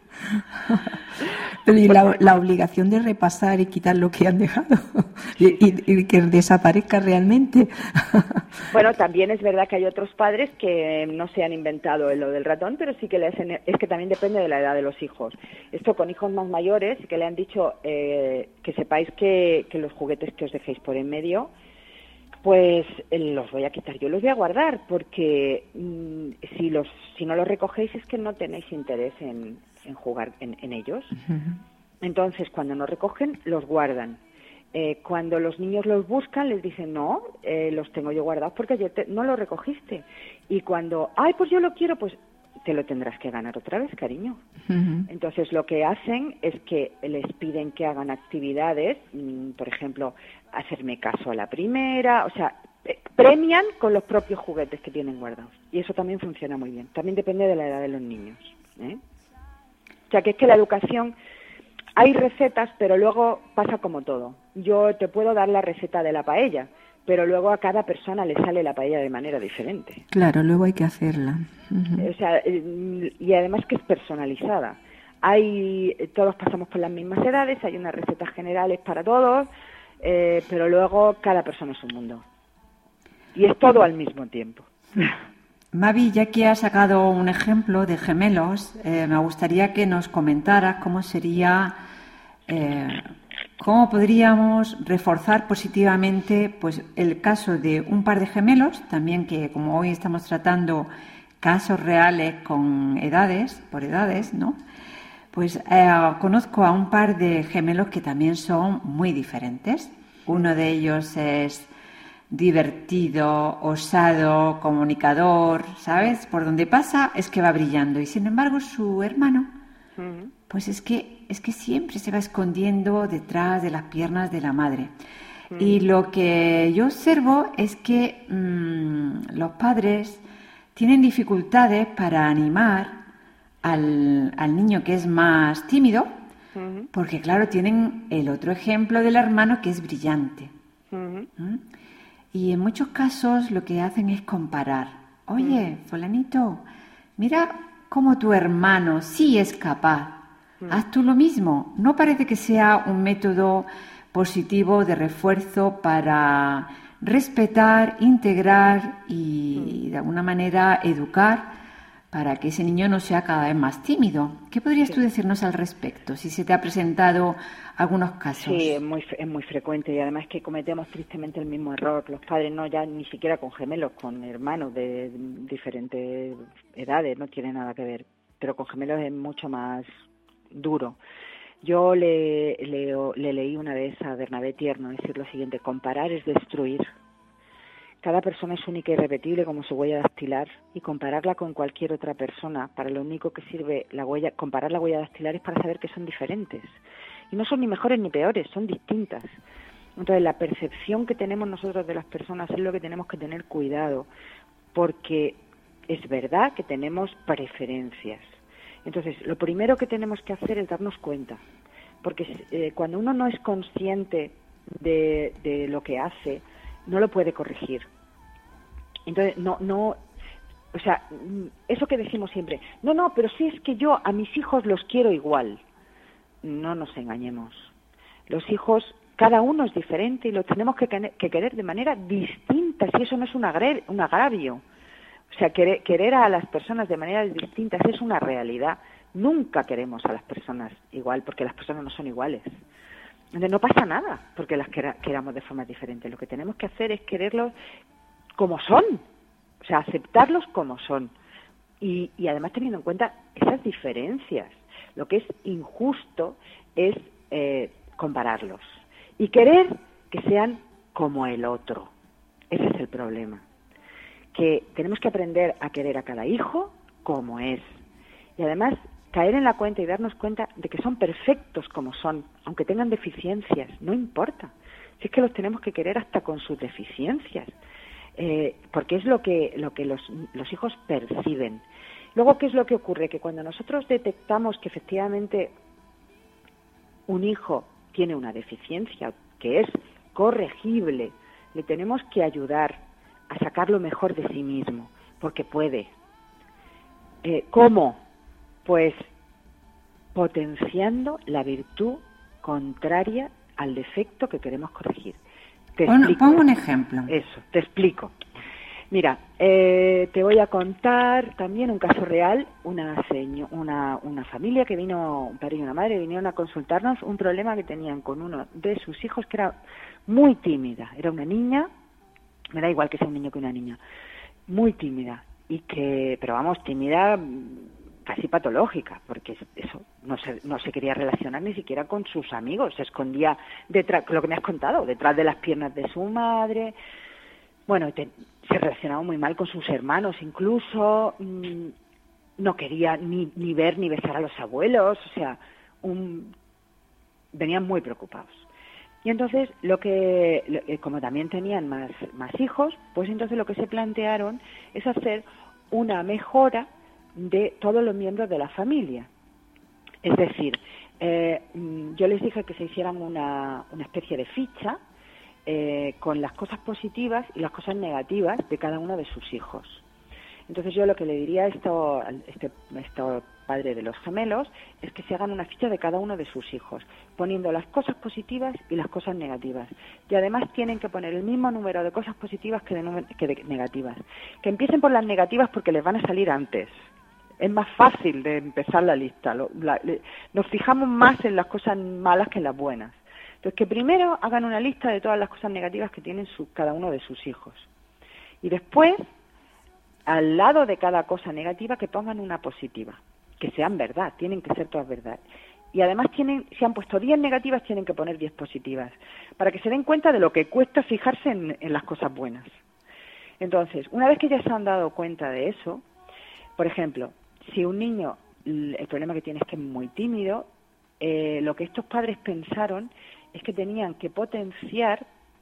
Pero y la obligación de repasar y quitar lo que han dejado y que desaparezca realmente. Bueno, también es verdad que hay otros padres que no se han inventado lo del ratón, pero sí que es que también depende de la edad de los hijos. Esto con hijos más mayores, que le han dicho que sepáis que los juguetes que os dejéis por en medio, pues los voy a quitar, yo los voy a guardar, porque si no los recogéis es que no tenéis interés en jugar en ellos. Uh-huh. Entonces, cuando no recogen, los guardan. Cuando los niños los buscan, les dicen, no, los tengo yo guardados porque ayer no los recogiste. Y cuando, ay, pues yo lo quiero, pues te lo tendrás que ganar otra vez, cariño. Ujú. Entonces lo que hacen es que les piden que hagan actividades, por ejemplo, hacerme caso a la primera, o sea, premian con los propios juguetes que tienen guardados. Y eso también funciona muy bien. También depende de la edad de los niños, ¿eh? O sea, que es que la educación, hay recetas, pero luego pasa como todo. Yo te puedo dar la receta de la paella, pero luego a cada persona le sale la paella de manera diferente. Claro, luego hay que hacerla. Ujú. O sea, y además que es personalizada. Todos pasamos por las mismas edades, hay unas recetas generales para todos, pero luego cada persona es un mundo. Y es todo al mismo tiempo. Mavi, ya que has sacado un ejemplo de gemelos, me gustaría que nos comentaras cómo sería, cómo podríamos reforzar positivamente pues el caso de un par de gemelos, también que como hoy estamos tratando casos reales con edades, por edades, ¿no? Pues conozco a un par de gemelos que también son muy diferentes. Uno de ellos es divertido, osado, comunicador, ¿sabes? Por donde pasa es que va brillando. Y sin embargo su hermano, pues es que siempre se va escondiendo detrás de las piernas de la madre. Y lo que yo observo es que los padres tienen dificultades para animar al niño que es más tímido, porque claro, tienen el otro ejemplo del hermano que es brillante. Y en muchos casos lo que hacen es comparar. Oye, fulanito, mira cómo tu hermano sí es capaz. Haz tú lo mismo. No parece que sea un método positivo de refuerzo para respetar, integrar y de alguna manera educar para que ese niño no sea cada vez más tímido. ¿Qué podrías tú decirnos al respecto, si se te ha presentado algunos casos? Sí, es muy frecuente y además que cometemos tristemente el mismo error. Los padres no ya ni siquiera con gemelos, con hermanos de diferentes edades, no tiene nada que ver, pero con gemelos es mucho más duro. Yo le leí una vez a Bernabé Tierno decir lo siguiente: comparar es destruir. Cada persona es única y irrepetible como su huella dactilar, y compararla con cualquier otra persona, para lo único que sirve comparar la huella dactilar es para saber que son diferentes. Y no son ni mejores ni peores, son distintas. Entonces la percepción que tenemos nosotros de las personas es lo que tenemos que tener cuidado, porque es verdad que tenemos preferencias. Entonces lo primero que tenemos que hacer es darnos cuenta, porque cuando uno no es consciente de lo que hace, no lo puede corregir. Entonces, o sea, eso que decimos siempre, no, pero si es que yo a mis hijos los quiero igual. No nos engañemos. Los hijos, cada uno es diferente y los tenemos que querer de manera distinta, si eso no es un agravio. O sea, querer a las personas de maneras distintas es una realidad. Nunca queremos a las personas igual, porque las personas no son iguales. Entonces no pasa nada porque las queramos de forma diferente. Lo que tenemos que hacer es quererlos como son, o sea, aceptarlos como son. Y además teniendo en cuenta esas diferencias. Lo que es injusto es compararlos y querer que sean como el otro. Ese es el problema. Que tenemos que aprender a querer a cada hijo como es. Y además caer en la cuenta y darnos cuenta de que son perfectos como son, aunque tengan deficiencias, no importa. Si es que los tenemos que querer hasta con sus deficiencias, porque es lo que los hijos perciben. Luego, ¿qué es lo que ocurre? Que cuando nosotros detectamos que efectivamente un hijo tiene una deficiencia que es corregible, le tenemos que ayudar a sacar lo mejor de sí mismo, porque puede. ¿Cómo? Pues potenciando la virtud contraria al defecto que queremos corregir. Pongo un ejemplo. Eso, te explico. Mira, te voy a contar también un caso real. Una familia que vino, un padre y una madre, vinieron a consultarnos un problema que tenían con uno de sus hijos que era muy tímida. Era una niña, me da igual que sea un niño que una niña, muy tímida. Pero vamos, tímida casi patológica, porque eso no se quería relacionar ni siquiera con sus amigos, se escondía detrás, lo que me has contado, detrás de las piernas de su madre. Bueno, se relacionaba muy mal con sus hermanos incluso, no quería ni ver ni besar a los abuelos, o sea, venían muy preocupados. Y entonces, como también tenían más hijos, pues entonces lo que se plantearon es hacer una mejora de todos los miembros de la familia. Es decir, yo les dije que se hicieran una especie de ficha con las cosas positivas y las cosas negativas de cada uno de sus hijos. Entonces yo lo que le diría a este padre de los gemelos es que se hagan una ficha de cada uno de sus hijos, poniendo las cosas positivas y las cosas negativas. Y además tienen que poner el mismo número de cosas positivas que de negativas. Que empiecen por las negativas porque les van a salir antes. Es más fácil de empezar la lista. Nos fijamos más en las cosas malas que en las buenas. Entonces que primero hagan una lista de todas las cosas negativas que tienen cada uno de sus hijos. Y después, al lado de cada cosa negativa, que pongan una positiva. Que sean verdad, tienen que ser todas verdad. Y además si han puesto 10 negativas, tienen que poner 10 positivas, para que se den cuenta de lo que cuesta fijarse en las cosas buenas. Entonces, una vez que ya se han dado cuenta de eso, por ejemplo, si un niño, el problema que tiene es que es muy tímido, lo que estos padres pensaron es que tenían que potenciar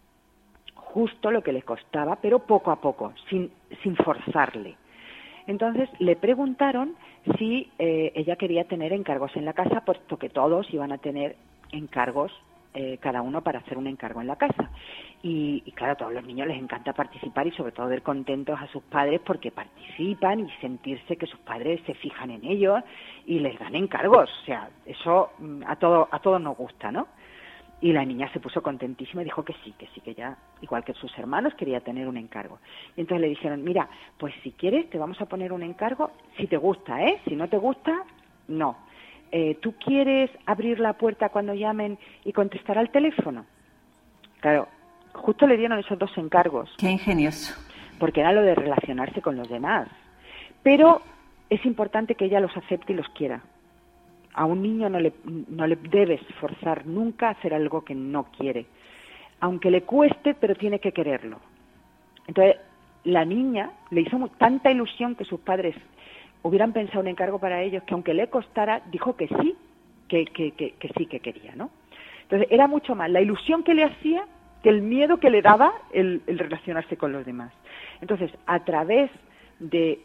justo lo que le costaba, pero poco a poco, sin forzarle. Entonces le preguntaron si ella quería tener encargos en la casa, puesto que todos iban a tener encargos, cada uno para hacer un encargo en la casa. Y claro, a todos los niños les encanta participar y sobre todo ver contentos a sus padres porque participan y sentirse que sus padres se fijan en ellos y les dan encargos. O sea, eso a todos nos gusta, ¿no? Y la niña se puso contentísima y dijo que sí, que ella, igual que sus hermanos, quería tener un encargo. Y entonces le dijeron, mira, pues si quieres te vamos a poner un encargo, si te gusta, si no te gusta, no. ¿Tú quieres abrir la puerta cuando llamen y contestar al teléfono? Claro, justo le dieron esos 2 encargos. Qué ingenioso. Porque era lo de relacionarse con los demás. Pero es importante que ella los acepte y los quiera. A un niño no le debes forzar nunca a hacer algo que no quiere, aunque le cueste, pero tiene que quererlo. Entonces, la niña le hizo tanta ilusión que sus padres hubieran pensado un encargo para ellos, que aunque le costara, dijo que sí, que sí que quería, ¿no? Entonces, era mucho más la ilusión que le hacía que el miedo que le daba el relacionarse con los demás. Entonces, a través de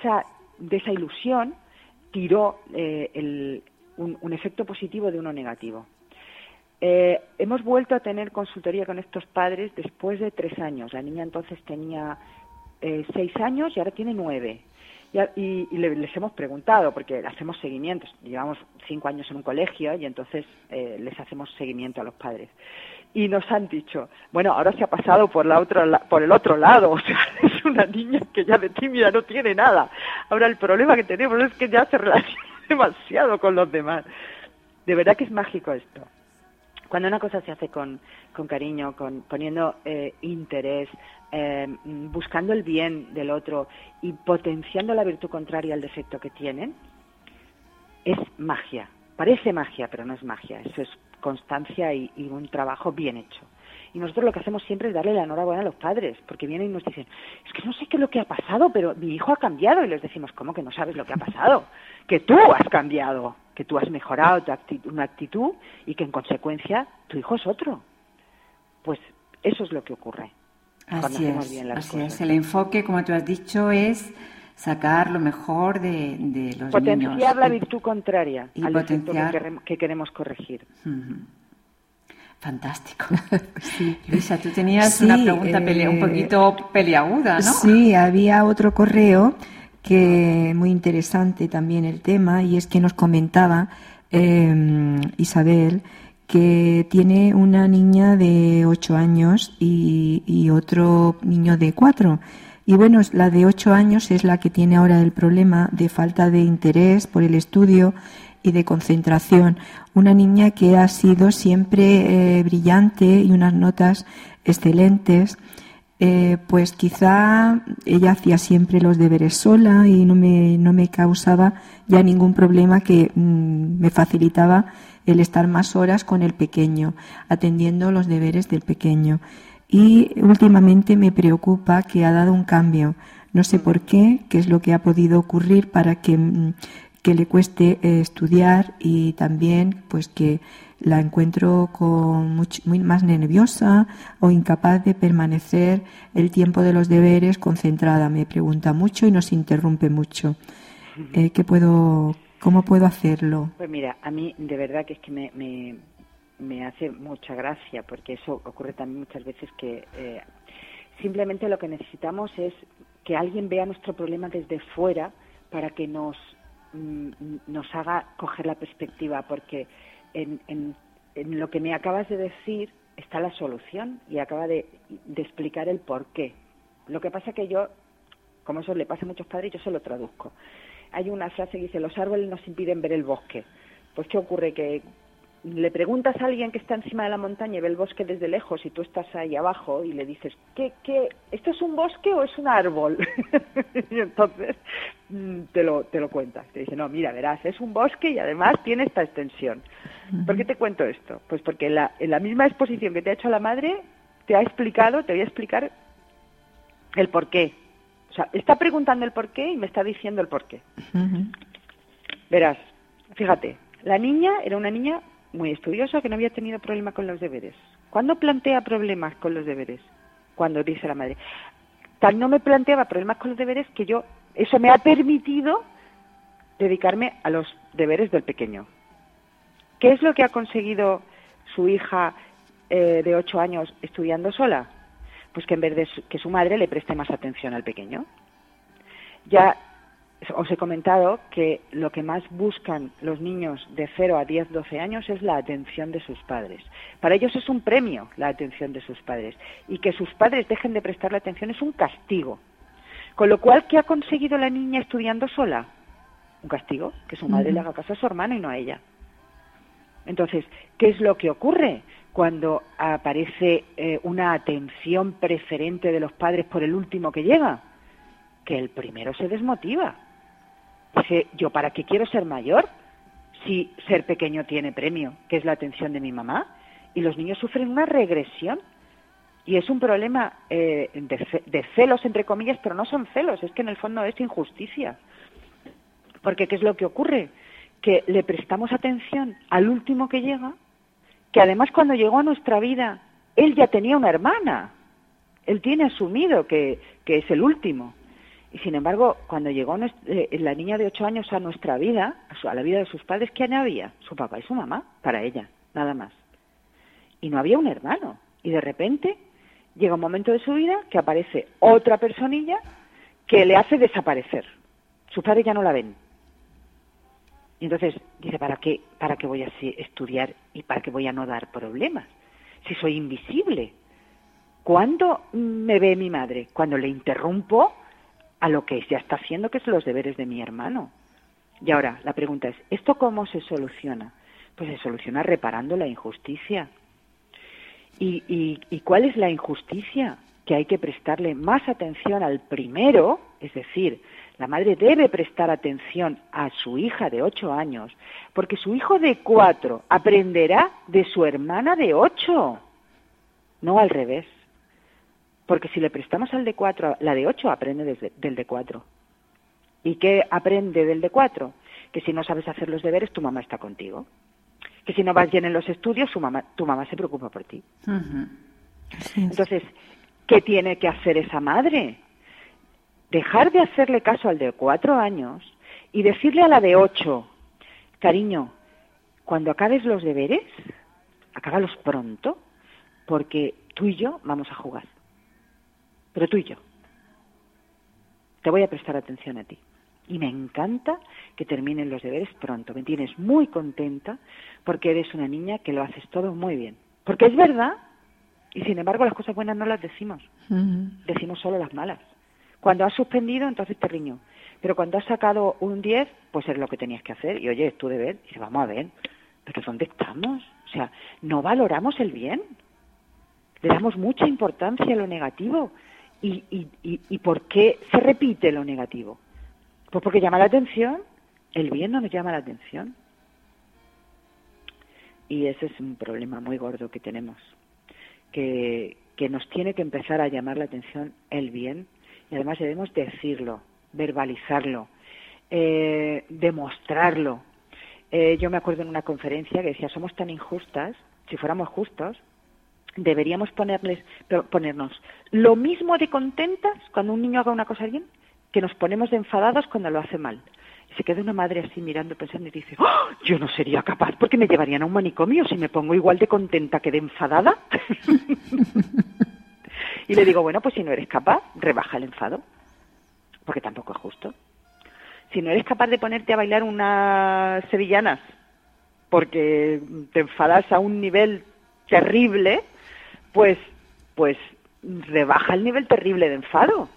esa ilusión, tiró un efecto positivo de uno negativo. Hemos vuelto a tener consultoría con estos padres después de 3 años. La niña entonces tenía 6 años y ahora tiene 9. Y les hemos preguntado, porque hacemos seguimientos. Llevamos 5 años en un colegio y entonces les hacemos seguimiento a los padres. Y nos han dicho, bueno, ahora se ha pasado por el otro lado. O sea, es una niña que ya de tímida no tiene nada. Ahora el problema que tenemos es que ya se relaciona demasiado con los demás. De verdad que es mágico esto. Cuando una cosa se hace con cariño, poniendo interés, buscando el bien del otro y potenciando la virtud contraria al defecto que tienen, es magia. Parece magia, pero no es magia. Eso es constancia y un trabajo bien hecho. Y nosotros lo que hacemos siempre es darle la enhorabuena a los padres, porque vienen y nos dicen, es que no sé qué es lo que ha pasado, pero mi hijo ha cambiado. Y les decimos, ¿cómo que no sabes lo que ha pasado? Que tú has cambiado, que tú has mejorado una actitud y que en consecuencia tu hijo es otro. Pues eso es lo que ocurre cuando hacemos bien las cosas. Así es. El enfoque, como tú has dicho, es sacar lo mejor de los potenciar niños. Potenciar la virtud contraria y al defecto potenciar... que queremos corregir. Uh-huh. Fantástico. Sí. Luisa, tú tenías una pregunta un poquito peliaguda, ¿no? Sí, había otro correo que muy interesante también el tema, y es que nos comentaba Isabel que tiene una niña de 8 años y otro niño de 4. Y bueno, la de 8 años es la que tiene ahora el problema de falta de interés por el estudio y de concentración. Una niña que ha sido siempre brillante y unas notas excelentes, pues quizá ella hacía siempre los deberes sola y no me causaba ya ningún problema, que me facilitaba el estar más horas con el pequeño, atendiendo los deberes del pequeño. Y últimamente me preocupa que ha dado un cambio. No sé por qué es lo que ha podido ocurrir para que le cueste estudiar, y también pues que la encuentro muy más nerviosa o incapaz de permanecer el tiempo de los deberes concentrada. Me pregunta mucho y nos interrumpe mucho. ¿Cómo puedo hacerlo? Pues mira, a mí de verdad que es que me hace mucha gracia, porque eso ocurre también muchas veces, que simplemente lo que necesitamos es que alguien vea nuestro problema desde fuera para que nos haga coger la perspectiva, porque en lo que me acabas de decir está la solución, y acaba de explicar el porqué. Lo que pasa que yo, como eso le pasa a muchos padres, yo se lo traduzco. Hay una frase que dice: los árboles nos impiden ver el bosque. Pues ¿qué ocurre? Que le preguntas a alguien que está encima de la montaña y ve el bosque desde lejos, y tú estás ahí abajo, y le dices: ¿Qué? ¿Esto es un bosque o es un árbol? Y entonces te lo cuentas. Te dice: no, mira, verás, es un bosque y además tiene esta extensión. ¿Por qué te cuento esto? Pues porque en la misma exposición que te ha hecho la madre, te voy a explicar el porqué. O sea, está preguntando el porqué y me está diciendo el porqué. Verás, fíjate, la niña era una niña muy estudiosa que no había tenido problema con los deberes. ¿Cuándo plantea problemas con los deberes? Cuando dice la madre: tal no me planteaba problemas con los deberes que eso me ha permitido dedicarme a los deberes del pequeño. ¿Qué es lo que ha conseguido su hija de 8 años estudiando sola? Pues que en vez de que su madre le preste más atención al pequeño. Ya os he comentado que lo que más buscan los niños de 0 a 10, 12 años es la atención de sus padres. Para ellos es un premio la atención de sus padres, y que sus padres dejen de prestarle atención es un castigo. Con lo cual, ¿qué ha conseguido la niña estudiando sola? Un castigo, que su madre le haga caso a su hermano y no a ella. Entonces, ¿qué es lo que ocurre cuando aparece una atención preferente de los padres por el último que llega? Que el primero se desmotiva. Dice: ¿yo para qué quiero ser mayor si ser pequeño tiene premio, que es la atención de mi mamá? Y los niños sufren una regresión. Y es un problema de celos, entre comillas, pero no son celos, es que en el fondo es injusticia. Porque ¿qué es lo que ocurre? Que le prestamos atención al último que llega, que además cuando llegó a nuestra vida, él ya tenía una hermana. Él tiene asumido que es el último. Y sin embargo, cuando llegó la niña de 8 años a nuestra vida, a la vida de sus padres, ¿quién había? Su papá y su mamá, para ella, nada más. Y no había un hermano. Y de repente llega un momento de su vida que aparece otra personilla que le hace desaparecer. Sus padres ya no la ven. Y entonces dice: ¿para qué voy a estudiar y para qué voy a no dar problemas? Si soy invisible. ¿Cuándo me ve mi madre? Cuando le interrumpo a lo que ella está haciendo, que son los deberes de mi hermano. Y ahora, la pregunta es: ¿esto cómo se soluciona? Pues se soluciona reparando la injusticia. ¿Y cuál es la injusticia? Que hay que prestarle más atención al primero, es decir, la madre debe prestar atención a su hija de 8 años, porque su hijo de 4 aprenderá de su hermana de 8, no al revés. Porque si le prestamos al de 4, la de 8 aprende del de 4. ¿Y qué aprende del de 4? Que si no sabes hacer los deberes, tu mamá está contigo. Que si no vas bien en los estudios, tu mamá se preocupa por ti. Entonces, ¿qué tiene que hacer esa madre? Dejar de hacerle caso al de 4 años y decirle a la de 8: cariño, cuando acabes los deberes, acábalos pronto, porque tú y yo vamos a jugar. Pero tú y yo. Te voy a prestar atención a ti. Y me encanta que terminen los deberes pronto. Me tienes muy contenta porque eres una niña que lo haces todo muy bien. Porque es verdad. Y sin embargo las cosas buenas no las decimos. Decimos solo las malas. Cuando has suspendido, entonces te riño. Pero cuando has sacado un 10, pues es lo que tenías que hacer. Y oye, es tu deber. Y dice: vamos a ver, ¿pero dónde estamos? O sea, no valoramos el bien. Le damos mucha importancia a lo negativo. ¿Y por qué se repite lo negativo? Pues porque llama la atención. El bien no nos llama la atención. Y ese es un problema muy gordo que tenemos. Que nos tiene que empezar a llamar la atención el bien y además debemos decirlo, verbalizarlo, demostrarlo. Yo me acuerdo en una conferencia que decía, somos tan injustas, si fuéramos justos, deberíamos ponernos lo mismo de contentas cuando un niño haga una cosa bien que nos ponemos de enfadados cuando lo hace mal. Y se queda una madre así mirando, pensando y dice, ¡oh! Yo no sería capaz porque me llevarían a un manicomio si me pongo igual de contenta que de enfadada. Y le digo, bueno, pues si no eres capaz, rebaja el enfado, porque tampoco es justo. Si no eres capaz de ponerte a bailar unas sevillanas porque te enfadas a un nivel terrible, pues rebaja el nivel terrible de enfado.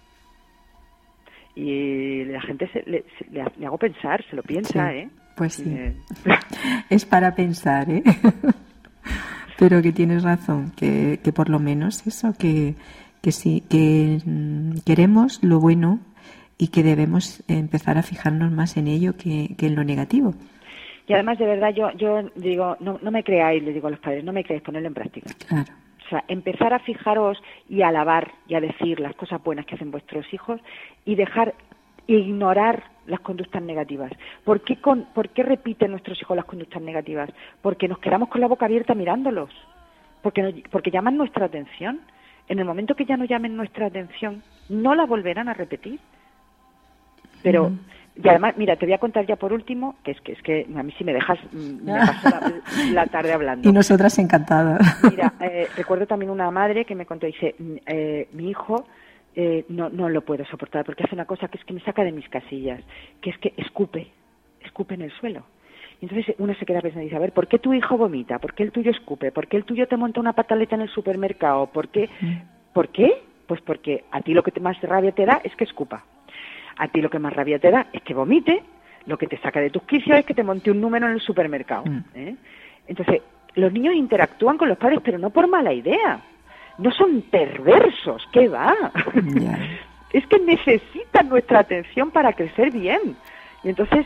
Y la gente le hago pensar, se lo piensa, sí, pues sí. Sí. Es para pensar, ¿eh? Pero que tienes razón, que por lo menos eso, que sí, que queremos lo bueno y que debemos empezar a fijarnos más en ello que en lo negativo. Y además, de verdad, yo digo, no me creáis, le digo a los padres, no me creáis, ponerlo en práctica. Claro. O sea, empezar a fijaros y a alabar y a decir las cosas buenas que hacen vuestros hijos y dejar ignorar las conductas negativas. ¿Por qué repiten nuestros hijos las conductas negativas? Porque nos quedamos con la boca abierta mirándolos, porque llaman nuestra atención. En el momento que ya no llamen nuestra atención, no la volverán a repetir. Pero, y además, mira, te voy a contar ya por último, que es que a mí si me dejas, me paso la tarde hablando. Y nosotras encantadas. Mira, recuerdo también una madre que me contó, dice, mi hijo no lo puedo soportar porque hace una cosa que es que me saca de mis casillas, que es que escupe en el suelo. Y entonces uno se queda pensando y dice, a ver, ¿por qué tu hijo vomita? ¿Por qué el tuyo escupe? ¿Por qué el tuyo te monta una pataleta en el supermercado? ¿Por qué? ¿Por qué? Pues porque a ti lo que más rabia te da es que escupa. A ti lo que más rabia te da es que vomite, lo que te saca de tus quicios es que te monte un número en el supermercado. Entonces, los niños interactúan con los padres, pero no por mala idea. No son perversos, ¿qué va? Yeah. Es que necesitan nuestra atención para crecer bien. Y entonces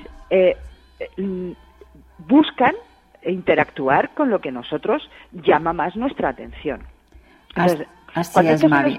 buscan interactuar con lo que nosotros llama más nuestra atención. Entonces, así es, Mavi.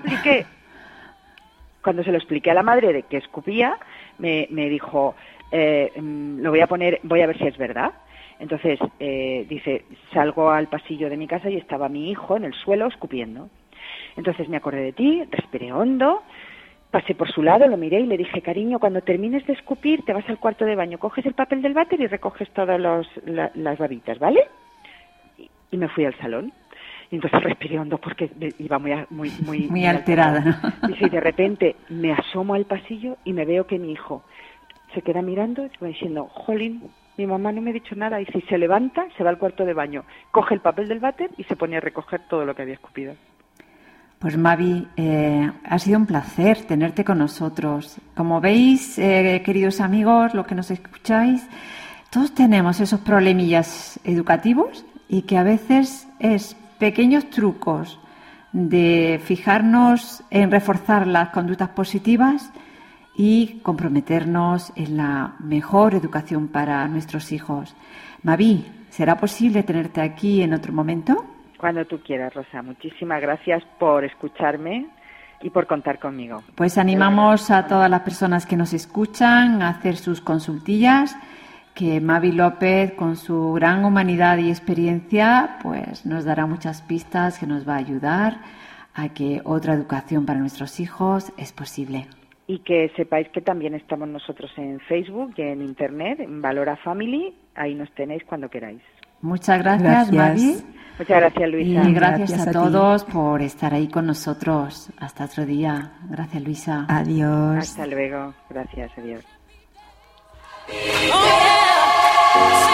Cuando se lo expliqué a la madre de que escupía, me dijo, voy a ver si es verdad. Entonces, dice, salgo al pasillo de mi casa y estaba mi hijo en el suelo escupiendo. Entonces me acordé de ti, respiré hondo, pasé por su lado, lo miré y le dije, cariño, cuando termines de escupir, te vas al cuarto de baño, coges el papel del váter y recoges todas las babitas, ¿vale? Y me fui al salón. Y entonces respiré hondo porque iba muy alterada, ¿no? Y de repente me asomo al pasillo y me veo que mi hijo se queda mirando y va diciendo, jolín, mi mamá no me ha dicho nada. Y si se levanta, se va al cuarto de baño, coge el papel del váter y se pone a recoger todo lo que había escupido. Pues Mavi, ha sido un placer tenerte con nosotros. Como veis, queridos amigos, los que nos escucháis, todos tenemos esos problemillas educativos y que a veces es pequeños trucos de fijarnos en reforzar las conductas positivas y comprometernos en la mejor educación para nuestros hijos. Mavi, ¿será posible tenerte aquí en otro momento? Cuando tú quieras, Rosa. Muchísimas gracias por escucharme y por contar conmigo. Pues animamos a todas las personas que nos escuchan a hacer sus consultillas, que Mavi López, con su gran humanidad y experiencia, pues nos dará muchas pistas que nos va a ayudar a que otra educación para nuestros hijos es posible. Y que sepáis que también estamos nosotros en Facebook y en Internet, en Valora Family, ahí nos tenéis cuando queráis. Muchas gracias. Mavi. Muchas gracias, Luisa. Y gracias a todos por estar ahí con nosotros. Hasta otro día. Gracias, Luisa. Adiós. Hasta luego. Gracias, adiós. Oh, yeah.